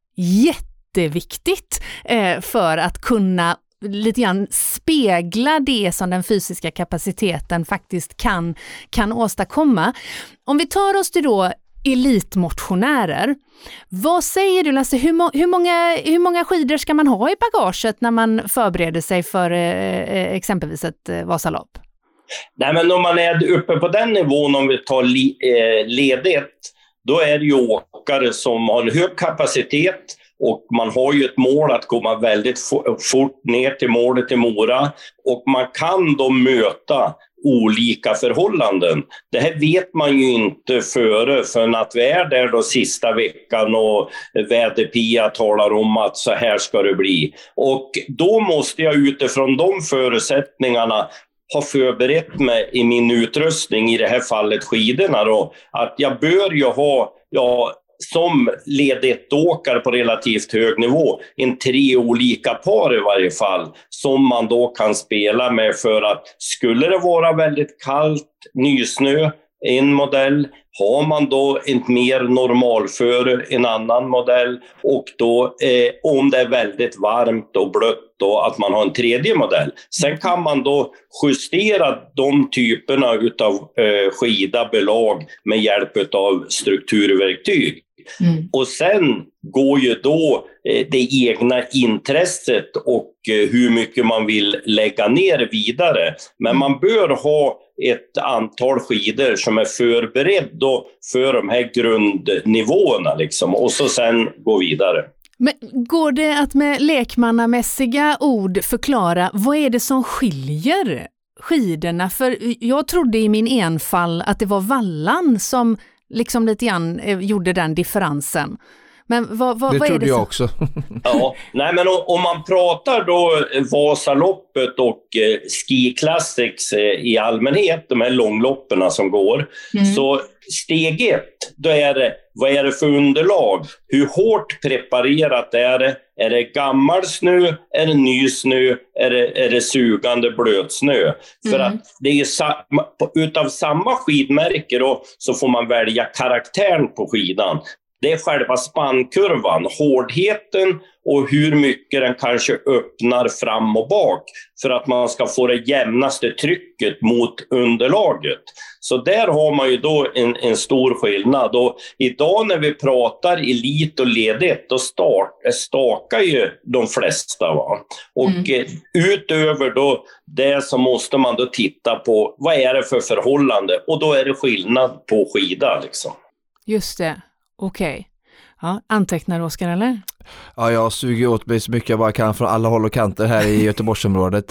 jätteviktigt eh, för att kunna lite grann spegla det som den fysiska kapaciteten faktiskt kan, kan åstadkomma. Om vi tar oss till då elitmotionärer, vad säger du Lasse, hur, må- hur, många, hur många skidor ska man ha i bagaget när man förbereder sig för eh, exempelvis ett eh, Vasalopp? Nej, men om man är uppe på den nivån, om vi tar li- eh, ledet, då är det ju åkare som har en hög kapacitet. Och man har ju ett mål att komma väldigt fort ner till målet i Mora. Och man kan då möta olika förhållanden. Det här vet man ju inte före, för att vi är där då sista veckan och väderpia talar om att så här ska det bli. Och då måste jag utifrån de förutsättningarna ha förberett mig i min utrustning, i det här fallet skidorna då, att jag bör ju ha, ja, som led ett-åkare på relativt hög nivå, en tre olika par i varje fall, som man då kan spela med för att skulle det vara väldigt kallt, nysnö, en modell, har man då ett mer normalföre, en annan modell, och då eh, om det är väldigt varmt och blött då att man har en tredje modell. Sen kan man då justera de typerna utav eh, skida belag med hjälp av strukturverktyg. Mm. Och sen går ju då eh, det egna intresset och eh, hur mycket man vill lägga ner vidare. Men man bör ha ett antal skidor som är förberedda för de här grundnivåerna liksom, och så sen gå vidare. Men går det att med lekmannamässiga ord förklara vad är det som skiljer skidorna? För jag trodde i min enfall att det var vallan som liksom lite grann gjorde den differensen. Men vad, vad, det vad är trodde det jag som... också. Ja, nej, men om, om man pratar då Vasaloppet och eh, Ski Classics eh, i allmänhet, de här långlopperna som går, mm. så steg ett, då är det, vad är det för underlag? Hur hårt preparerat är det? Är det gammal snö? Är det ny snö? Är det, är det sugande blötsnö? Mm. För att det är sa, utav samma skidmärke då, så får man välja karaktären på skidan. Det är själva spannkurvan, hårdheten och hur mycket den kanske öppnar fram och bak för att man ska få det jämnaste trycket mot underlaget. Så där har man ju då en, en stor skillnad. Och idag när vi pratar elit och ledigt, då start, stakar ju de flesta. Va? Och mm. utöver då det så måste man då titta på vad är det för förhållande, och då är det skillnad på skida liksom. Just det. Okej. Okay. Ja, antecknar du, Oskar, eller? Ja, jag suger åt mig så mycket jag bara kan från alla håll och kanter här i Göteborgsområdet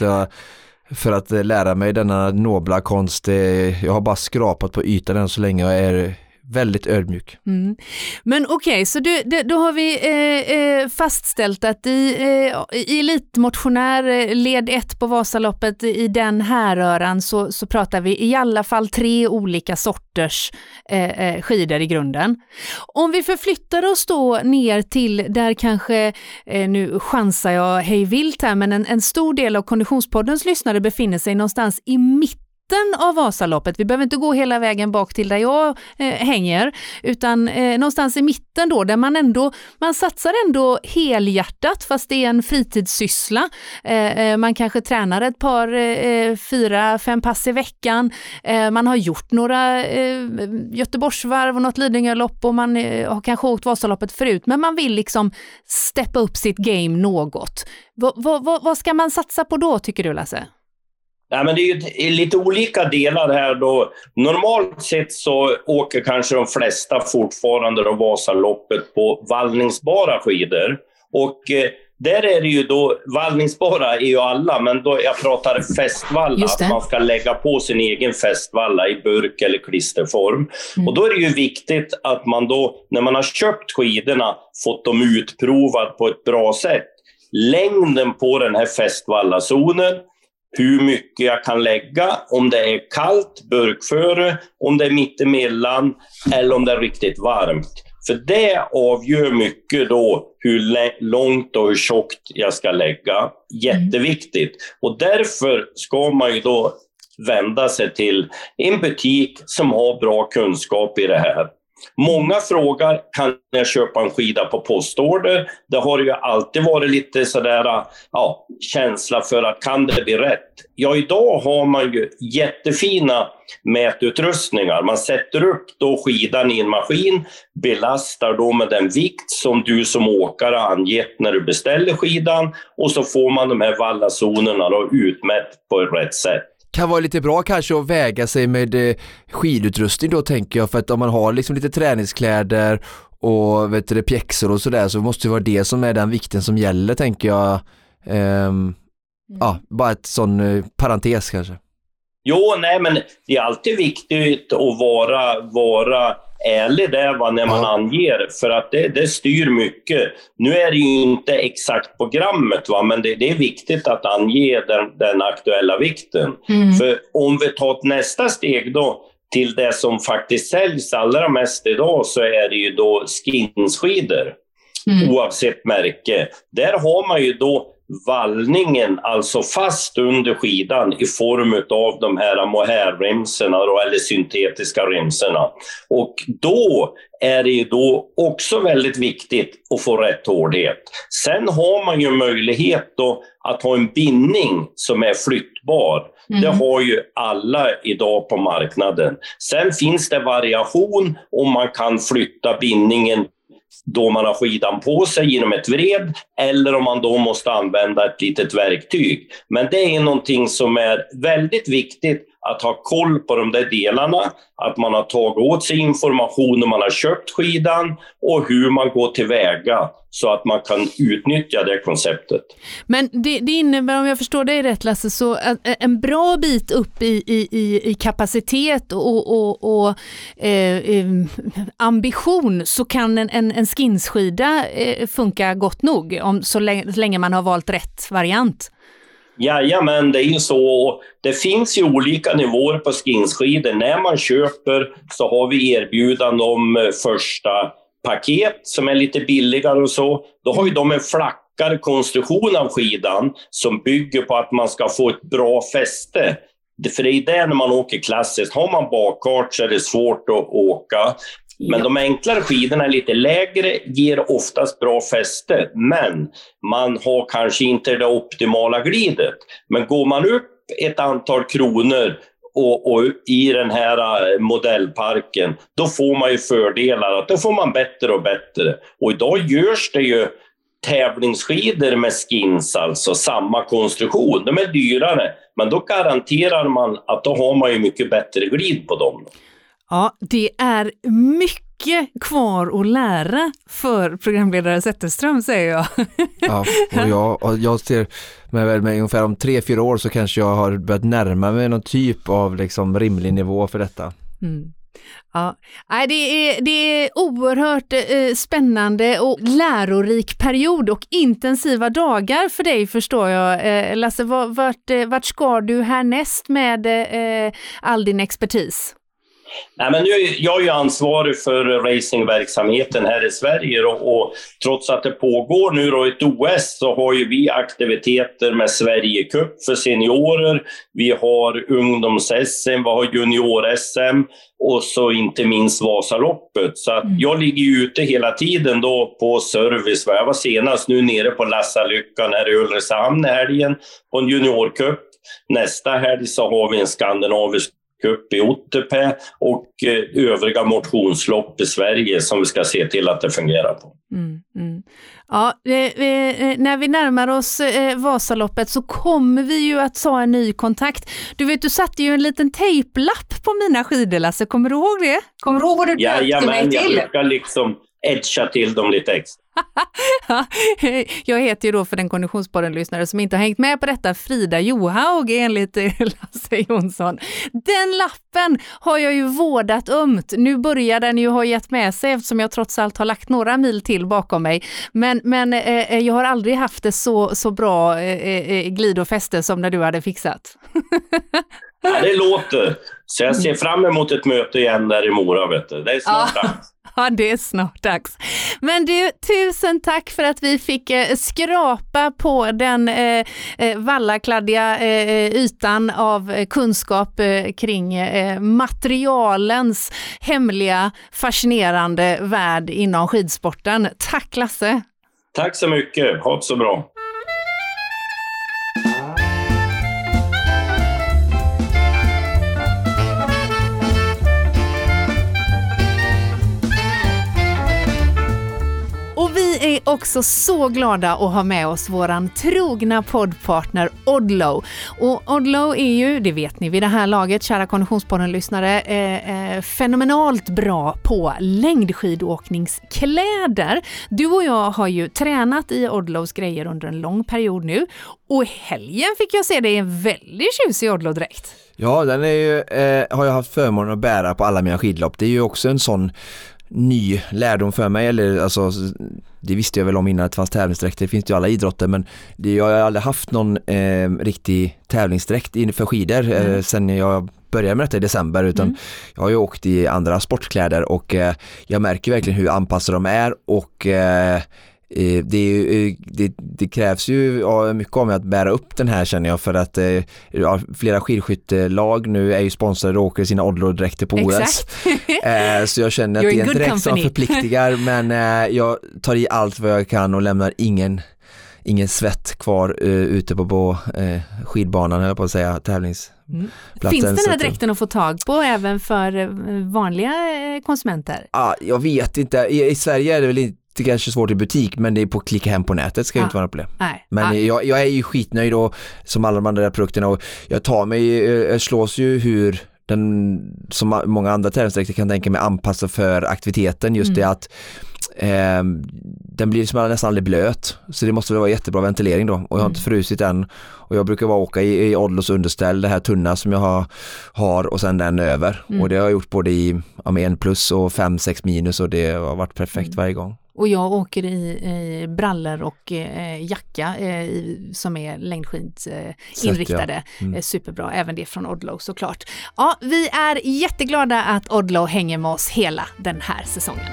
för att lära mig denna nobla konst. Jag har bara skrapat på ytan än så länge och är väldigt ödmjuk. Mm. Men okej, okay, så du, det, då har vi eh, fastställt att i, eh, i elitmotionär led ett på Vasaloppet, i den här röran så, så pratar vi i alla fall tre olika sorters eh, skidor i grunden. Om vi förflyttar oss då ner till där kanske, eh, nu chansar jag hej vilt här, men en, en stor del av Konditionspoddens lyssnare befinner sig någonstans i mitten av Vasaloppet. Vi behöver inte gå hela vägen bak till där jag eh, hänger, utan eh, någonstans i mitten då, där man ändå, man satsar ändå helhjärtat fast det är en fritidssyssla. Eh, man kanske tränar ett par, eh, fyra, fem pass i veckan. Eh, man har gjort några eh, Göteborgsvarv och något Lidingölopp och man eh, har kanske åkt Vasaloppet förut, men man vill liksom steppa upp sitt game något. V- v- v- vad ska man satsa på då, tycker du, Lasse? Ja, men det är ju lite olika delar här då. Normalt sett så åker kanske de flesta fortfarande då Vasaloppet på vallningsbara skidor. Och eh, där är det ju då, vallningsbara är ju alla, men då jag pratar festvalla, att man ska lägga på sin egen festvalla i burk eller klisterform. Mm. Och då är det ju viktigt att man då, när man har köpt skidorna, fått dem utprovat på ett bra sätt. Längden på den här festvallazonen, hur mycket jag kan lägga, om det är kallt, burkföre, om det är mittemellan eller om det är riktigt varmt. För det avgör mycket då hur långt och hur tjockt jag ska lägga. Jätteviktigt. Och därför ska man ju då vända sig till en butik som har bra kunskap i det här. Många frågar, kan jag köpa en skida på postorder? Det har ju alltid varit lite sådär, ja, känsla för att kan det bli rätt? Ja, idag har man ju jättefina mätutrustningar. Man sätter upp då skidan i en maskin, belastar då med den vikt som du som åkare har angett när du beställer skidan, och så får man de här vallazonerna då utmätt på rätt sätt. Kan vara lite bra kanske att väga sig med eh, skidutrustning då, tänker jag, för att om man har liksom lite träningskläder och vet du, pjäxor och sådär, så måste det vara det som är den vikten som gäller, tänker jag. Ehm, mm. Ja, bara ett sån eh, parentes kanske. Jo, nej, men det är alltid viktigt att vara, vara ärlig där, va, när man ja. anger, för att det, det styr mycket. Nu är det ju inte exakt programmet, va, men det, det är viktigt att ange den, den aktuella vikten. Mm. För om vi tar ett nästa steg då, till det som faktiskt säljs allra mest idag, så är det ju då skinsskidor. Mm. Oavsett märke. Där har man ju då vallningen alltså fast under skidan i form av de här mohairremsorna eller syntetiska remsorna. Och då är det ju då också väldigt viktigt att få rätt hårdhet. Sen har man ju möjlighet då att ha en bindning som är flyttbar. Mm. Det har ju alla idag på marknaden. Sen finns det variation om man kan flytta bindningen då man har skidan på sig genom ett vred, eller om man då måste använda ett litet verktyg. Men det är någonting som är väldigt viktigt att ha koll på de där delarna, att man har tagit åt sig information när man har köpt skidan och hur man går tillväga så att man kan utnyttja det konceptet. Men det, det innebär, om jag förstår dig rätt Lasse, så en bra bit upp i, i, i kapacitet och, och, och eh, ambition, så kan en, en, en skinsskida eh, funka gott nog om, så, länge, så länge man har valt rätt variant. Jajamän, det är ju så. Det finns ju olika nivåer på skinsskidor. När man köper så har vi erbjudande om första paket som är lite billigare och så. Då har ju de en flackare konstruktion av skidan som bygger på att man ska få ett bra fäste. För det är det när man åker klassiskt. Har man bakkart så är det svårt att åka. Men ja. De enklare skidorna är lite lägre, ger oftast bra fäste, men man har kanske inte det optimala glidet. Men går man upp ett antal kronor och, och i den här modellparken, då får man ju fördelar, då får man bättre och bättre. Och idag görs det ju tävlingsskidor med skins, alltså samma konstruktion. De är dyrare, men då garanterar man att då har man ju mycket bättre glid på dem. Ja, det är mycket kvar att lära för programledare Zetterström, säger jag. Ja, och jag, och jag ser med, med ungefär om tre, fyra år så kanske jag har börjat närma mig någon typ av liksom rimlig nivå för detta. Mm. Ja, det är, det är oerhört eh, spännande och lärorik period och intensiva dagar för dig, förstår jag. Eh, Lasse, vart, vart ska du härnäst med eh, all din expertis? Nej, men nu, jag är ju ansvarig för racingverksamheten här i Sverige och, och trots att det pågår nu då ett O S så har ju vi aktiviteter med Sverige Cup för seniorer, vi har ungdoms-S M, vi har junior-S M och så inte minst Vasaloppet. Så att jag ligger ju ute hela tiden då på service. Jag var senast nu nere på Lassalyckan här i Ulricehamn i helgen på en juniorcup. Nästa helg så har vi en skandinavisk upp i Otterpää och eh, övriga motionslopp i Sverige som vi ska se till att det fungerar på. Mm, mm. Ja, vi, vi, när vi närmar oss eh, Vasaloppet så kommer vi ju att ta en ny kontakt. Du vet, du satte ju en liten tejplapp på mina skidor, Lasse. Kommer du ihåg det? Kommer du ihåg vad du döpte mig till? Jag brukar liksom edga till dem lite extra. Jag heter ju då, för den Konditionspodden-lyssnare som inte har hängt med på detta, Frida Johaug enligt Lasse Jonsson. Den lappen har jag ju vårdat ömt. Nu börjar den ju ha gett med sig eftersom jag trots allt har lagt några mil till bakom mig. Men, men eh, jag har aldrig haft det så, så bra eh, glid och fäste som när du hade fixat. Ja, det låter. Så jag ser fram emot ett möte igen där i Mora, vet du. Det är snart ja. dags. Ja, det är snart dags. Men du, tusen tack för att vi fick eh, skrapa på den eh, vallakladdiga eh, ytan av eh, kunskap eh, kring eh, materialens hemliga, fascinerande värld inom skidsporten. Tack Lasse! Tack så mycket, ha det så bra! Vi är också så glada att ha med oss våran trogna poddpartner Odlo. Och Odlo är ju, det vet ni vid det här laget, kära Konditionspodden-lyssnare, eh, eh, fenomenalt bra på längdskidåkningskläder. Du och jag har ju tränat i Odlos grejer under en lång period nu. Och i helgen fick jag se dig i en väldigt tjusig Odlo-dräkt. Ja, den är ju, eh, har jag haft förmånen att bära på alla mina skidlopp. Det är ju också en sån ny lärdom för mig, eller alltså det visste jag väl om innan att det fanns tävlingsdräkter, det finns ju alla idrotter, men det, jag har aldrig haft någon eh, riktig tävlingsdräkt inför skidor mm. eh, sen jag började med detta i december utan mm. jag har ju åkt i andra sportkläder och eh, jag märker verkligen hur anpassade de är och eh, Det, är ju, det, det krävs ju ja, mycket av mig att bära upp den här känner jag för att ja, flera skidskyttelag nu är ju sponsrade och åker sina Odlo-dräkter på O S. eh, så jag känner att det är en dräkt som förpliktigar men eh, jag tar i allt vad jag kan och lämnar ingen, ingen svett kvar uh, ute på, på uh, skidbanan eller på att säga tävlingsplatsen. Mm. Finns den här dräkten att få tag på även för vanliga konsumenter? Ah, jag vet inte. I, i Sverige är det väl inte det är kanske svårt i butik men det är på att klicka hem på nätet ska ju ah. inte vara något problem. Nej. Men ah. jag, jag är ju skitnöjd och, som alla de andra produkterna och jag tar mig, jag slås ju hur den som många andra tävlingsdräkter kan tänka mig anpassa för aktiviteten just mm. det att eh, den blir liksom nästan aldrig blöt så det måste väl vara jättebra ventilering då och jag har mm. inte frusit än och jag brukar bara åka i, i Odlos underställ det här tunna som jag har, har och sen den över mm. och det har jag gjort både i ja, en plus och fem, sex minus och det har varit perfekt mm. varje gång. Och jag åker i, i brallor och eh, jacka eh, i, som är längdskidsinriktade. Eh, ja. mm. eh, superbra, även det från Odlo såklart. Ja, vi är jätteglada att Odlo hänger med oss hela den här säsongen.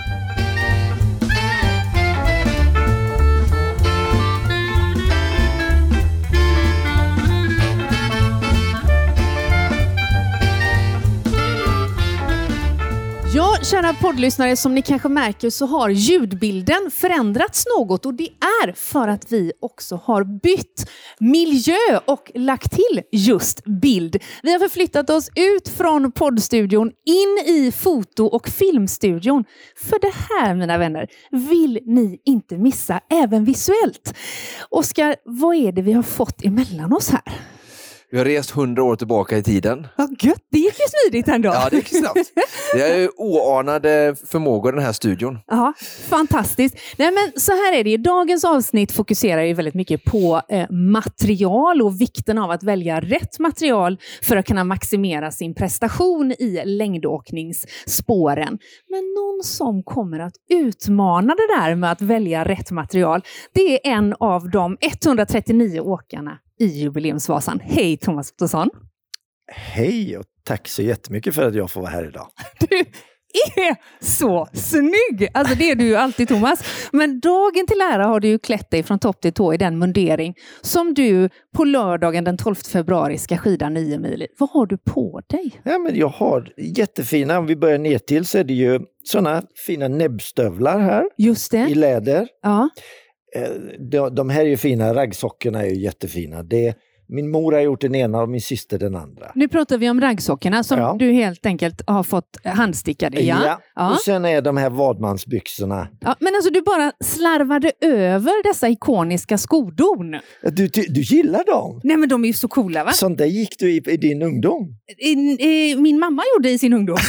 Ja, kära poddlyssnare, som ni kanske märker så har ljudbilden förändrats något och det är för att vi också har bytt miljö och lagt till just bild. Vi har förflyttat oss ut från poddstudion in i foto- och filmstudion. För det här, mina vänner, vill ni inte missa även visuellt. Oskar, vad är det vi har fått emellan oss här? Vi har rest hundra år tillbaka i tiden. Ja, gött. Det gick ju smidigt ändå. Ja, det gick snabbt. Det är ju oanade förmågor den här studion. Ja, fantastiskt. Nej, men så här är det. Dagens avsnitt fokuserar ju väldigt mycket på eh, material och vikten av att välja rätt material för att kunna maximera sin prestation i längdåkningsspåren. Men någon som kommer att utmana det där med att välja rätt material, det är en av de etthundratrettionio åkarna i Jubileumsvasan. Hej Thomas Ottosson. Hej och tack så jättemycket för att jag får vara här idag. Du är så snygg! Alltså det är du ju alltid, Thomas. Men dagen till ära har du ju klätt dig från topp till tå i den mundering som du på lördagen den tolfte februari ska skida nio mil. Vad har du på dig? Ja, men jag har jättefina, om vi börjar ner till så är det ju sådana fina näbbstövlar här. Just det. I läder. Ja. De, de här är ju fina, raggsockorna är ju jättefina. Det, min mor har gjort den ena och min syster den andra. Nu pratar vi om raggsockorna som ja. du helt enkelt har fått handstickade. Ja. Ja. ja, och sen är de här vadmansbyxorna. Ja, men alltså du bara slarvade över dessa ikoniska skodon. Du, du, du gillar dem? Nej, men de är ju så coola, va? Sånt där gick du i, i din ungdom? I, i, min mamma gjorde i sin ungdom.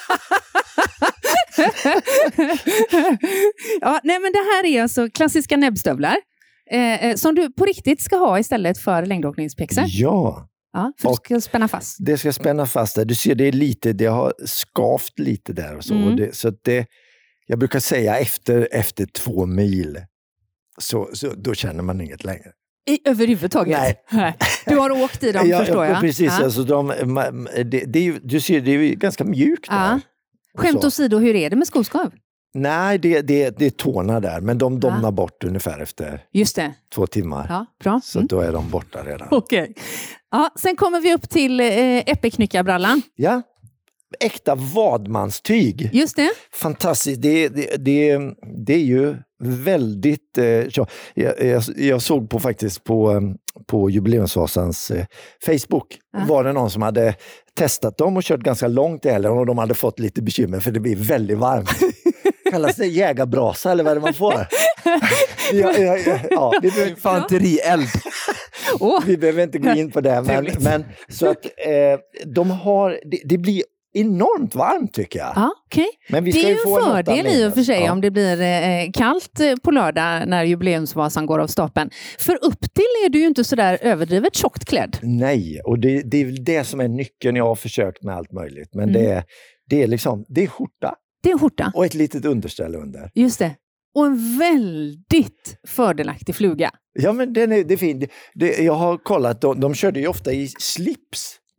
Ja, nej, men det här är alltså klassiska näbbstövlar eh, som du på riktigt ska ha istället för längdåkningspjäxor. Ja. Ja, för det ska spänna fast. Det ska spänna fast där. Du ser, det är lite, det har skavt lite där och så. Mm. Och det, så att det, jag brukar säga efter, efter två mil så, så då känner man inget längre. I, överhuvudtaget? Nej. Du har åkt i dem, ja, förstår jag. Precis, ja. alltså de, det, det är ju, du ser, det är ju ganska mjukt ja. där. Skämt åsido, hur är det med skoskav? Nej, det, det, det är tårna där, men de domnar ja. bort ungefär efter Just det. två timmar. Ja, bra. Så mm. då är de borta redan. Okej. Okay. Ja, sen kommer vi upp till eh, äppelknyckarbrallan. Ja, äkta vadmanstyg. Just det. Fantastiskt. Det, det, det, det är ju väldigt... Eh, jag, jag, jag såg på faktiskt på, på Jubileumsvasans eh, Facebook. Ja. Var det någon som hade testat dem och kört ganska långt i helgen och de hade fått lite bekymmer för det blir väldigt varmt. Kallas det jägarbrasa eller vad är det man får? ja, ja, ja, ja, vi behöver infanterield. Oh. Vi behöver inte gå in på det. Men, men så att eh, de har... Det, det blir enormt varmt tycker jag. Ja, okay. Men vi det ska är ju ju få en fördel i och för sig ja. om det blir eh, kallt på lördag när Jubileumsvasan går av stapeln. För upp till är du ju inte sådär överdrivet tjockt klädd. Nej, och det, det är det som är nyckeln. Jag har försökt med allt möjligt. Men mm. det, är, det är liksom, det är skjorta. Det är en skjorta. Och ett litet underställ under. Just det. Och en väldigt fördelaktig fluga. Ja, men den är, det är fint. Det, jag har kollat, de, de körde ju ofta i slips.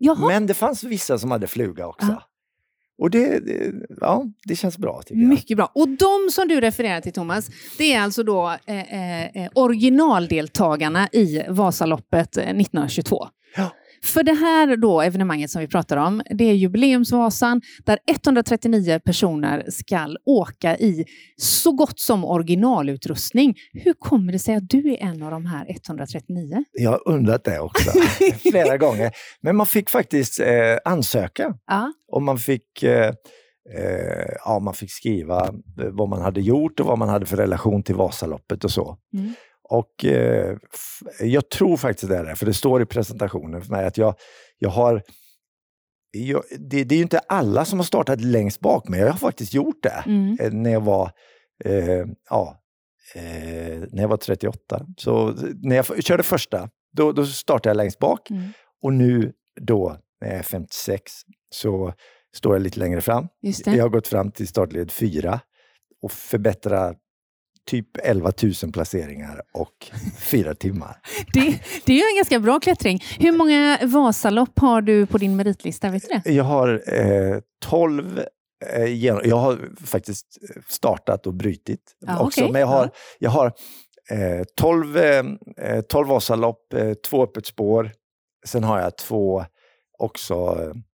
Jaha. Men det fanns vissa som hade fluga också. Ja. Och det, det, ja, det känns bra tycker jag. Mycket bra. Och de som du refererar till, Thomas, det är alltså då eh, eh, originaldeltagarna i Vasaloppet nittonhundratjugotvå. Ja. För det här då evenemanget som vi pratar om, det är jubileumsvasan där etthundratrettionio personer ska åka i så gott som originalutrustning. Hur kommer det sig att du är en av de här etthundratrettionio? Jag har undrat det också flera gånger. Men man fick faktiskt eh, ansöka. Ja. Och man fick, eh, eh, ja, man fick skriva vad man hade gjort och vad man hade för relation till Vasaloppet och så. Mm. Och eh, f- jag tror faktiskt det är det, för det står i presentationen för mig att jag, jag har, jag, det, det är ju inte alla som har startat längst bak, men jag har faktiskt gjort det Mm. eh, när jag var, eh, ja, eh, när jag var trettioåtta. Så när jag f- körde första, då, då startade jag längst bak. Mm. Och nu då, när jag är femtiosex, så står jag lite längre fram. Just det. Jag har gått fram till startled fyra och förbättrat typ elva tusen placeringar och fyra timmar. Det, det är ju en ganska bra klättring. Hur många Vasalopp har du på din meritlista, vet du det? Jag har eh, tolv, eh, genom, jag har faktiskt startat och brytit Ja, också. okej. Men jag har, Ja. jag har eh, tolv, eh, tolv Vasalopp, eh, två öppet spår. Sen har jag två också,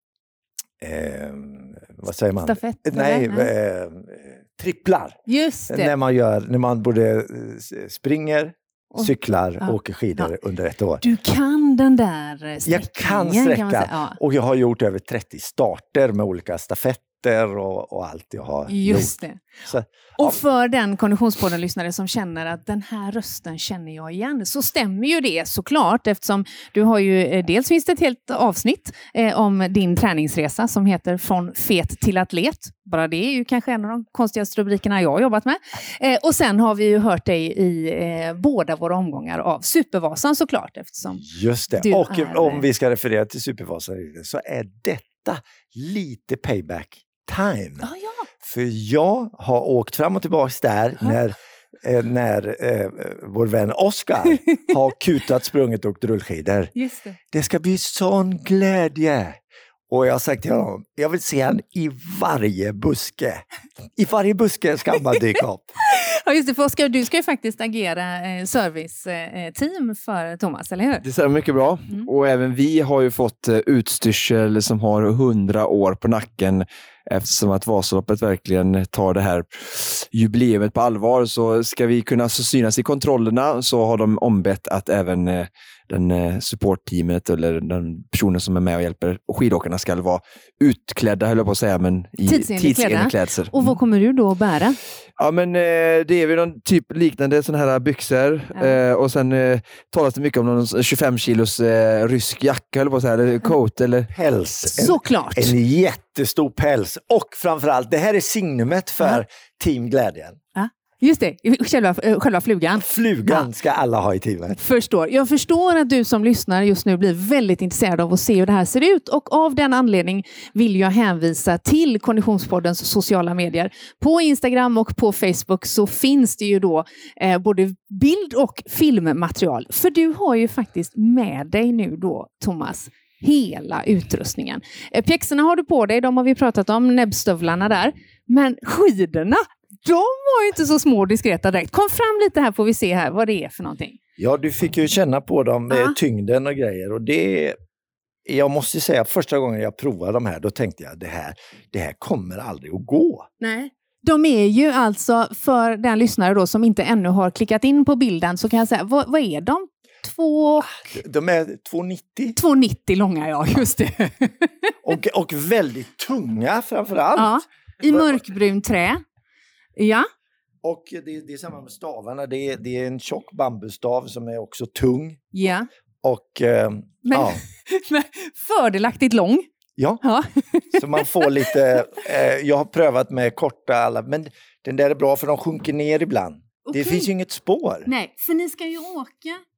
eh, vad säger man? Stafett? Nej, eller? eh, tripplar. Just det. När man gör, när man både eh, springer, Och- cyklar ja. och åker skidor under ett år. Du kan den där sträckningen. Jag kan man sträcka säga. Ja. och jag har gjort över trettio starter med olika stafetter och, och allt jag har Just gjort. det. Så, Och för den Konditionspodden-lyssnare som känner att den här rösten känner jag igen, så stämmer ju det såklart, eftersom du har ju, eh, dels finns det ett helt avsnitt eh, om din träningsresa som heter Från fet till atlet. Bara det är ju kanske en av de konstigaste rubrikerna jag har jobbat med. Eh, och sen har vi ju hört dig i eh, båda våra omgångar av Supervasan såklart, eftersom just det. Du Och är- om vi ska referera till Supervasan så är detta lite payback time. ah, ja. För jag har åkt fram och tillbaka där när, eh, när eh, vår vän Oscar har kutat, sprungit och åkt rullskidor. Just det. Det ska bli sån glädje. Och jag har sagt till honom, jag vill se han i varje buske. I varje buske ska han bara dyka upp. Ja, just det, för Oskar, du ska ju faktiskt agera eh, serviceteam för Thomas, eller hur? Det stämmer mycket bra. Mm. Och även vi har ju fått eh, utstyrsel som har hundra år på nacken. Eftersom att Vasaloppet verkligen tar det här jubileumet på allvar, så ska vi kunna så synas i kontrollerna, så har de ombett att även eh, den eh, supportteamet eller den personen som är med och hjälper och skidåkarna ska vara utklädda, höll jag på att säga, men i Tidsenlig tidsenlig klädsel. Och vad kommer du då att bära? Ja, men eh, det är väl någon typ liknande sådana här byxor. Ja. Eh, och sen eh, talas det mycket om någon tjugofem kilos eh, rysk jacka, eller på att säga, eller coat eller... Päls. En, Såklart. en jättestor päls. Och framförallt, det här är signumet för Ja. Team Glädjen. Just det, själva, eh, själva flugan. Flugan Ja. ska alla ha i teamet. Förstår. Jag förstår att du som lyssnar just nu blir väldigt intresserad av att se hur det här ser ut, och av den anledning vill jag hänvisa till Konditionspoddens sociala medier. På Instagram och på Facebook så finns det ju då eh, både bild- och filmmaterial. För du har ju faktiskt med dig nu då, Thomas, hela utrustningen. Eh, pjäxorna har du på dig, de har vi pratat om, näbbstövlarna där. Men skidorna, de var ju inte så små och diskreta direkt. Kom fram lite här, får vi se här vad det är för någonting. Ja, du fick ju känna på dem med Ja. tyngden och grejer. Och det, jag måste säga, första gången jag provade de här, då tänkte jag det här, det här kommer aldrig att gå. Nej. De är ju alltså, för den lyssnare då som inte ännu har klickat in på bilden, så kan jag säga, vad, vad är de? Två... De är två nittio två nittio långa, ja, just det. och, och väldigt tunga framförallt. Ja, i mörkbrun trä. Ja. Och det, det är samma med stavarna. Det är, det är en tjock bambustav som är också tung. Ja. Och eh, Men, ja, men fördelaktigt lång. ja, Ja. så man får lite... Eh, jag har prövat med korta alla, men den där är bra för de sjunker ner ibland. Okej. Det finns ju inget spår. Nej, för ni ska ju åka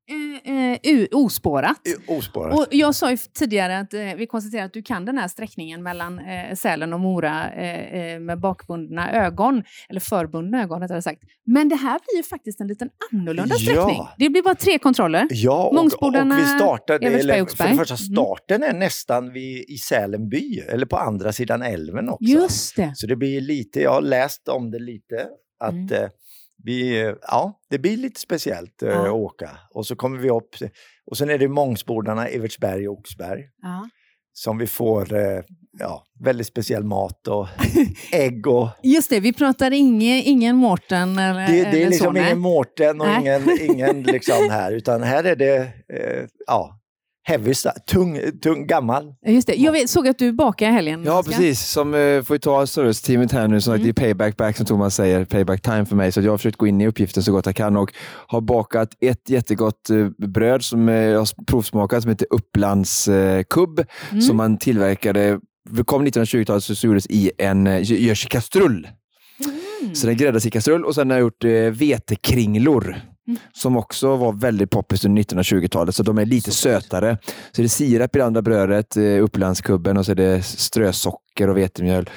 eh, eh, ospårat. Ospårat. Och jag sa ju tidigare att eh, vi konstaterar att du kan den här sträckningen mellan eh, Sälen och Mora eh, med bakbundna ögon, eller förbundna ögon rättare sagt. Men det här blir ju faktiskt en liten annorlunda Ja. sträckning. Det blir bara tre kontroller. Ja, och, Mångsbodarna, och vi startade, Evertsberg, eller, Oxberg. för det första starten är nästan vid, i Sälen by, eller på andra sidan älven också. Just det. Så det blir lite, jag har läst om det lite, att Mm. eh, vi, ja, det blir lite speciellt eh, Ja. att åka. Och så kommer vi upp, och sen är det Mångsbodarna, Evertsberg och Oxberg, Ja. som vi får eh, ja, väldigt speciell mat och ägg och... Just det, vi pratar ingen, ingen Mårten eller, Det, det eller är liksom så, nej. ingen Mårten och Nej. ingen, ingen liksom här, utan här är det, eh, ja, heavy, sta- tung, tung, gammal. Just det. Jag vet, såg att du bakade i helgen. Ja, Oskar. precis. Som eh, får vi ta serviceteamet här nu, så att Mm. det är payback back som Thomas säger, payback time för mig. Så att jag har försökt gå in i uppgiften så gott jag kan och har bakat ett jättegott eh, bröd som eh, jag har provsmakat som heter Upplands eh, kubb, Mm. som man tillverkade, det kom nittonhundratjugotalet, så, så gjordes i en, eh, görs i kastrull. Mm. Så den gräddas i kastrull, och sen har jag gjort eh, vetekringlor. Mm. Som också var väldigt poppis under nittonhundratjugotalet, så de är lite sötare. Så det är sirap i det andra brödet, eh, Upplandskubben, och så är det strösocker och vetemjöl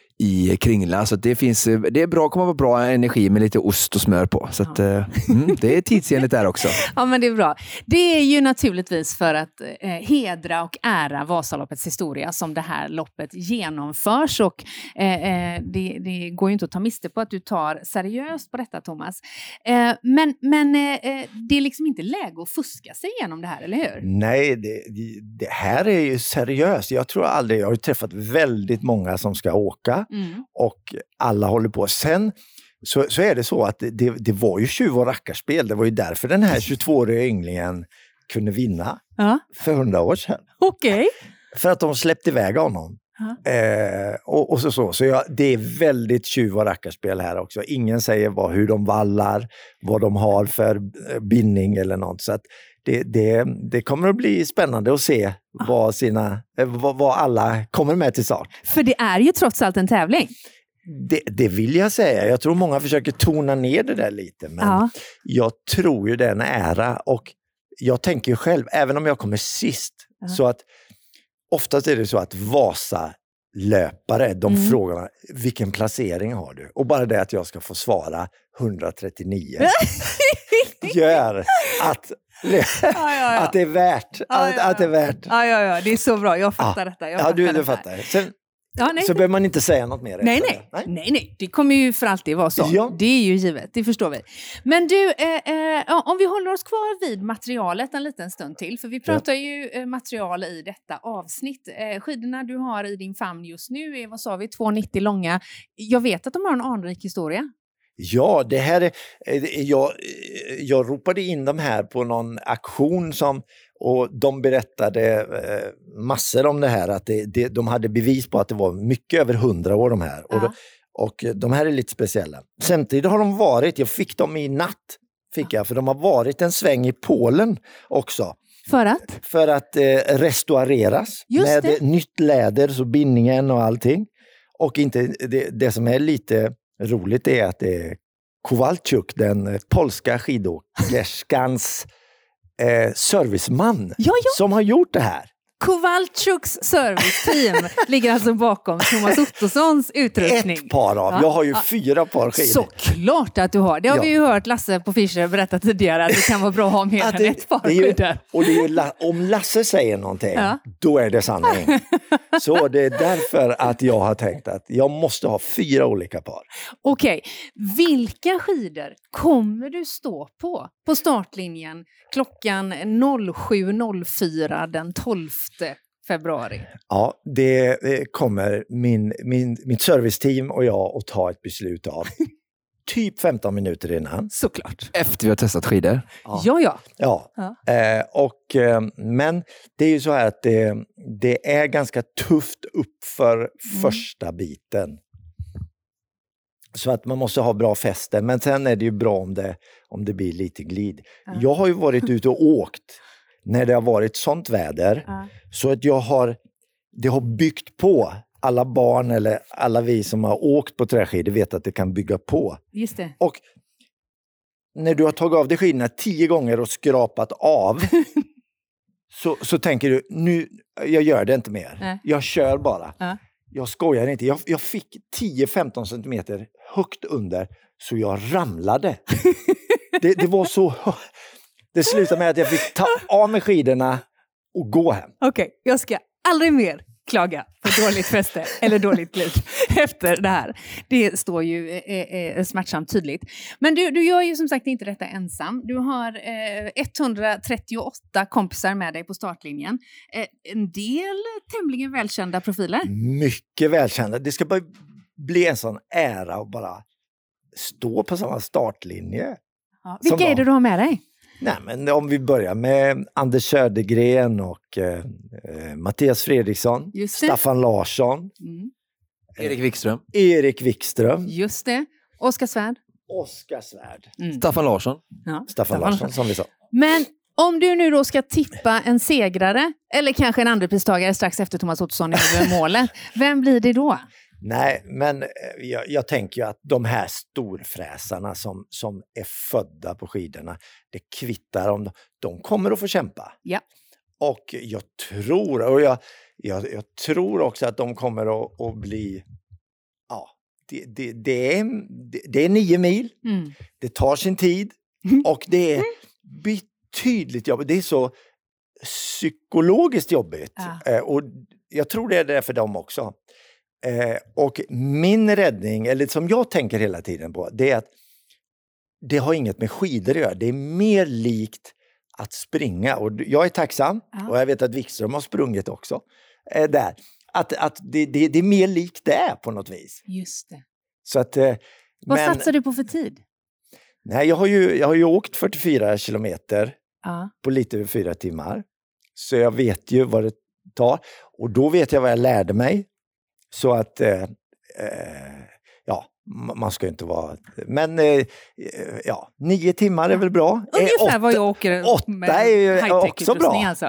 i kringla. Så att det finns, eh, det är bra, kommer att vara bra energi med lite ost och smör på. Så att, eh, mm, det är tidsenligt där också. Ja, men det är bra. Det är ju naturligtvis för att eh, hedra och ära Vasaloppets historia som det här loppet genomförs. Och eh, eh, det, det går ju inte att ta miste på att du tar seriöst på detta, Thomas. Eh, men men eh, det är liksom inte läge att fuska sig igenom det här, eller hur? Nej, det, det här är ju seriöst. Jag tror aldrig, jag har ju träffat väldigt många som ska åka. Mm. Och alla håller på. Sen så, så är det så att det, det var ju tjuv- och rackarspel. Det var ju därför den här tjugotvååriga ynglingen kunde vinna Ja, för hundra år sedan. okej. För att de släppte iväg honom. Ja. Eh, och, och så så. Så jag, det är väldigt tjuv- och rackarspel här också. Ingen säger vad, hur de vallar, vad de har för eh, bindning eller något. Så att det, det, det kommer att bli spännande att se vad, sina, eh, vad, vad alla kommer med till start. För det är ju trots allt en tävling. Det, det vill jag säga. Jag tror många försöker tona ner det där lite. Men Ja. jag tror ju det är en ära. Och jag tänker ju själv, även om jag kommer sist, Ja. så att oftast är det så att Vasa-löpare, de Mm. frågar mig, vilken placering har du? Och bara det att jag ska få svara hundratrettionio gör att, Ja, ja, ja. att det är värt. Ja, att, ja, att det är värt. Ja, ja, ja, det är så bra. Jag fattar Ja. detta. Jag Ja, du, du detta. fattar. Sen, Ja, nej. så behöver man inte säga något mer. Nej, efter nej. det. nej, nej, det kommer ju för alltid vara så. Ja. Det är ju givet, det förstår vi. Men du, eh, eh, ja, om vi håller oss kvar vid materialet en liten stund till, för vi pratar ju eh, material i detta avsnitt. Eh, skidorna du har i din famn just nu är, vad sa vi, två nittio långa. Jag vet att de har en anrik historia. Ja, det här är, eh, jag, eh, jag ropade in dem här på någon aktion som, och de berättade eh, massor om det här, att det, det, de hade bevis på att det var mycket över hundra år de här. Ja. Och, och de här är lite speciella. Samtidigt har de varit, jag fick dem i natt, fick jag, för de har varit en sväng i Polen också. För att? För att eh, restaureras Just med det. nytt läder, så bindningen och allting. Och inte, det, det som är lite roligt är att det är Kowalczuk, den polska skidåkerskans eh, serviceman, Ja, ja. som har gjort det här. Kowalczuks serviceteam ligger alltså bakom Thomas Ottossons utrustning. Ett par av, Ja, jag har ju ja. fyra par skidor. Såklart att du har. Det har Ja. vi ju hört Lasse på Fischer berätta tidigare, att det kan vara bra att ha mer Att än ett par det är ju, skidor. och det är ju, La- om Lasse säger någonting, Ja. då är det sanning. Så det är därför att jag har tänkt att jag måste ha fyra olika par. Okej, vilka skidor kommer du stå på på startlinjen klockan sju noll fyra den tolfte februari? Ja, det eh, kommer min, min, mitt serviceteam och jag att ta ett beslut av. Typ femton minuter innan. Såklart. Efter vi har testat skidor. Ja. Ja, ja. Ja, Ja. eh, och, eh, men det är ju så här att det, det är ganska tufft upp för Mm. första biten. Så att man måste ha bra fäste, men sen är det ju bra om det, om det blir lite glid. Ja. Jag har ju varit ute och åkt när det har varit sånt väder, Ja. så att jag har, det har byggt på. Alla barn eller alla vi som har åkt på träskidor vet att det kan bygga på. Just det. Och när du har tagit av dig skidorna tio gånger och skrapat av så, så tänker du, nu, jag gör det inte mer. Nej. Jag kör bara. Ja. Jag skojar inte. Jag, jag fick tio till femton centimeter högt under så jag ramlade. det, det var så... Det slutade med att jag fick ta av mig skidorna och gå hem. Okej, okay, jag ska aldrig mer klaga på dåligt fäste eller dåligt glid efter det här. Det står ju eh, eh, smärtsamt tydligt. Men du, du gör ju som sagt inte detta ensam. Du har eh, etthundratrettioåtta kompisar med dig på startlinjen. Eh, en del tämligen välkända profiler. Mycket välkända. Det ska bara bli en sån ära att bara stå på samma startlinje. Ja. Vilka är det du har med dig? Nej, men om vi börjar med Anders Södergren och eh, Mattias Fredriksson, Staffan Larsson, mm. Erik Wikström. Erik Wikström. Just det. Oskar Svärd. Oskar Svärd. Mm. Staffan Larsson. Ja. Staffan Larsson, som vi sa. Men om du nu då ska tippa en segrare eller kanske en andrepristagare strax efter Thomas Ottosson i målet, vem blir det då? Nej, men jag, jag tänker ju att de här storfräsarna som, som är födda på skidorna, det kvittar om de, de kommer att få kämpa. Ja. Och jag tror, och jag, jag, jag tror också att de kommer att, att bli, ja, det, det, det, är, det, det är nio mil, mm. det tar sin tid och det är betydligt jobbigt. Det är så psykologiskt jobbigt ja. Och jag tror det är det för dem också. Eh, och min räddning, eller som jag tänker hela tiden på, det är att det har inget med skidor att göra. Det är mer likt att springa. Och jag är tacksam, ja. Och jag vet att Wikström har sprungit också. Eh, där. Att, att det, det, det är mer likt det på något vis. Just det. Så att, eh, Vad men, satsar du på för tid? Nej, jag har ju, jag har ju åkt fyrtiofyra kilometer ja. På lite över fyra timmar. Så jag vet ju vad det tar. Och då vet jag vad jag lärde mig. Så att, eh, eh, ja, man ska inte vara... Men, eh, ja, nio timmar är väl bra. Ungefär eh, åtta, vad jag åker åtta med är också bra. Alltså.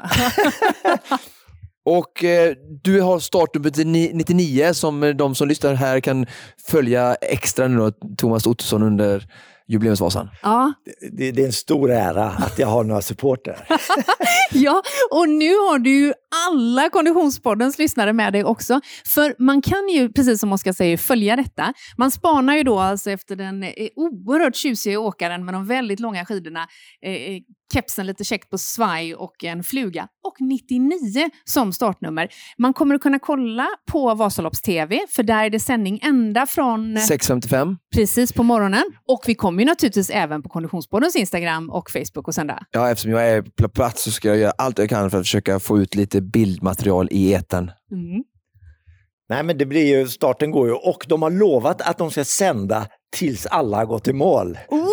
Och eh, du har startnumret nittionio som de som lyssnar här kan följa extra nu då, Thomas Ottosson under jubileumsvasan. Ja. Det, det är en stor ära att jag har några supporter. Ja, och nu har du ju alla Konditionspoddens lyssnare med dig också. För man kan ju, precis som Oskar säger, följa detta. Man spanar ju då alltså efter den eh, oerhört tjusiga åkaren med de väldigt långa skidorna, eh, kepsen lite käckt på svaj och en fluga. Och nittionio som startnummer. Man kommer att kunna kolla på Vasalopps-T V, för där är det sändning ända från... sex femtiofem. Precis på morgonen. Och vi kommer ju naturligtvis även på Konditionspoddens Instagram och Facebook och sända. Ja, eftersom jag är på plats så ska jag göra allt jag kan för att försöka få ut lite bildmaterial i etern. Mm. Nej, men det blir ju, starten går ju, och de har lovat att de ska sända tills alla har gått i mål. Oh,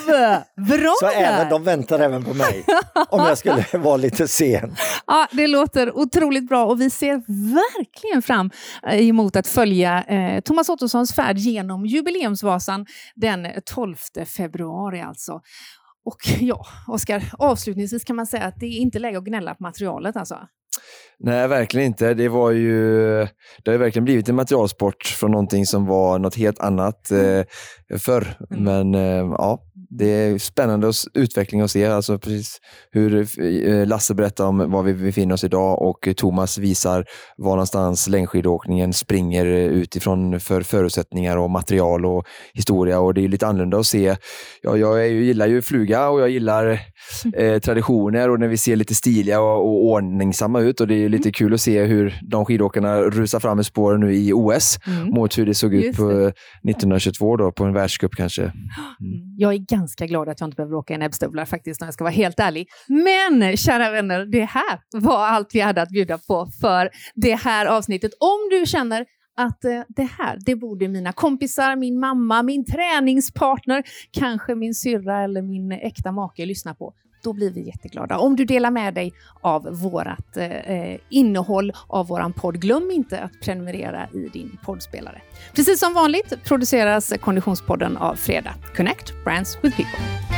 bra! Så även, de väntar även på mig om jag skulle vara lite sen. Ja, det låter otroligt bra och vi ser verkligen fram emot att följa eh, Thomas Ottossons färd genom jubileumsvasan den tolfte februari alltså. Och ja, Oskar, avslutningsvis kan man säga att det är inte läge att gnälla på materialet alltså. Nej, verkligen inte. Det var ju, det har verkligen blivit en materialsport från någonting som var något helt annat eh, förr. Mm. Men eh, ja, det är spännande utveckling att se. Alltså precis hur eh, Lasse berättar om var vi befinner oss idag och Thomas visar var någonstans längdskidåkningen springer utifrån för förutsättningar och material och historia. Och det är lite annorlunda att se. Ja, jag är ju, gillar ju fluga och jag gillar eh, traditioner och när vi ser lite stiliga och, och ordningsamma ut, och det är lite kul att se hur de skidåkarna rusar fram i spåren nu i O S mm. mot hur det såg ut på nittonhundratjugotvå då, på en världscup kanske. Mm. Jag är ganska glad att jag inte behöver åka i näbbstövlar faktiskt, när jag ska vara helt ärlig. Men kära vänner, det här var allt vi hade att bjuda på för det här avsnittet. Om du känner att eh, det här, det borde mina kompisar, min mamma, min träningspartner, kanske min syrra eller min äkta make lyssna på, då blir vi jätteglada. Om du delar med dig av vårat eh, innehåll av våran podd, glöm inte att prenumerera i din poddspelare. Precis som vanligt produceras Konditionspodden av Fredag. Connect Brands with People.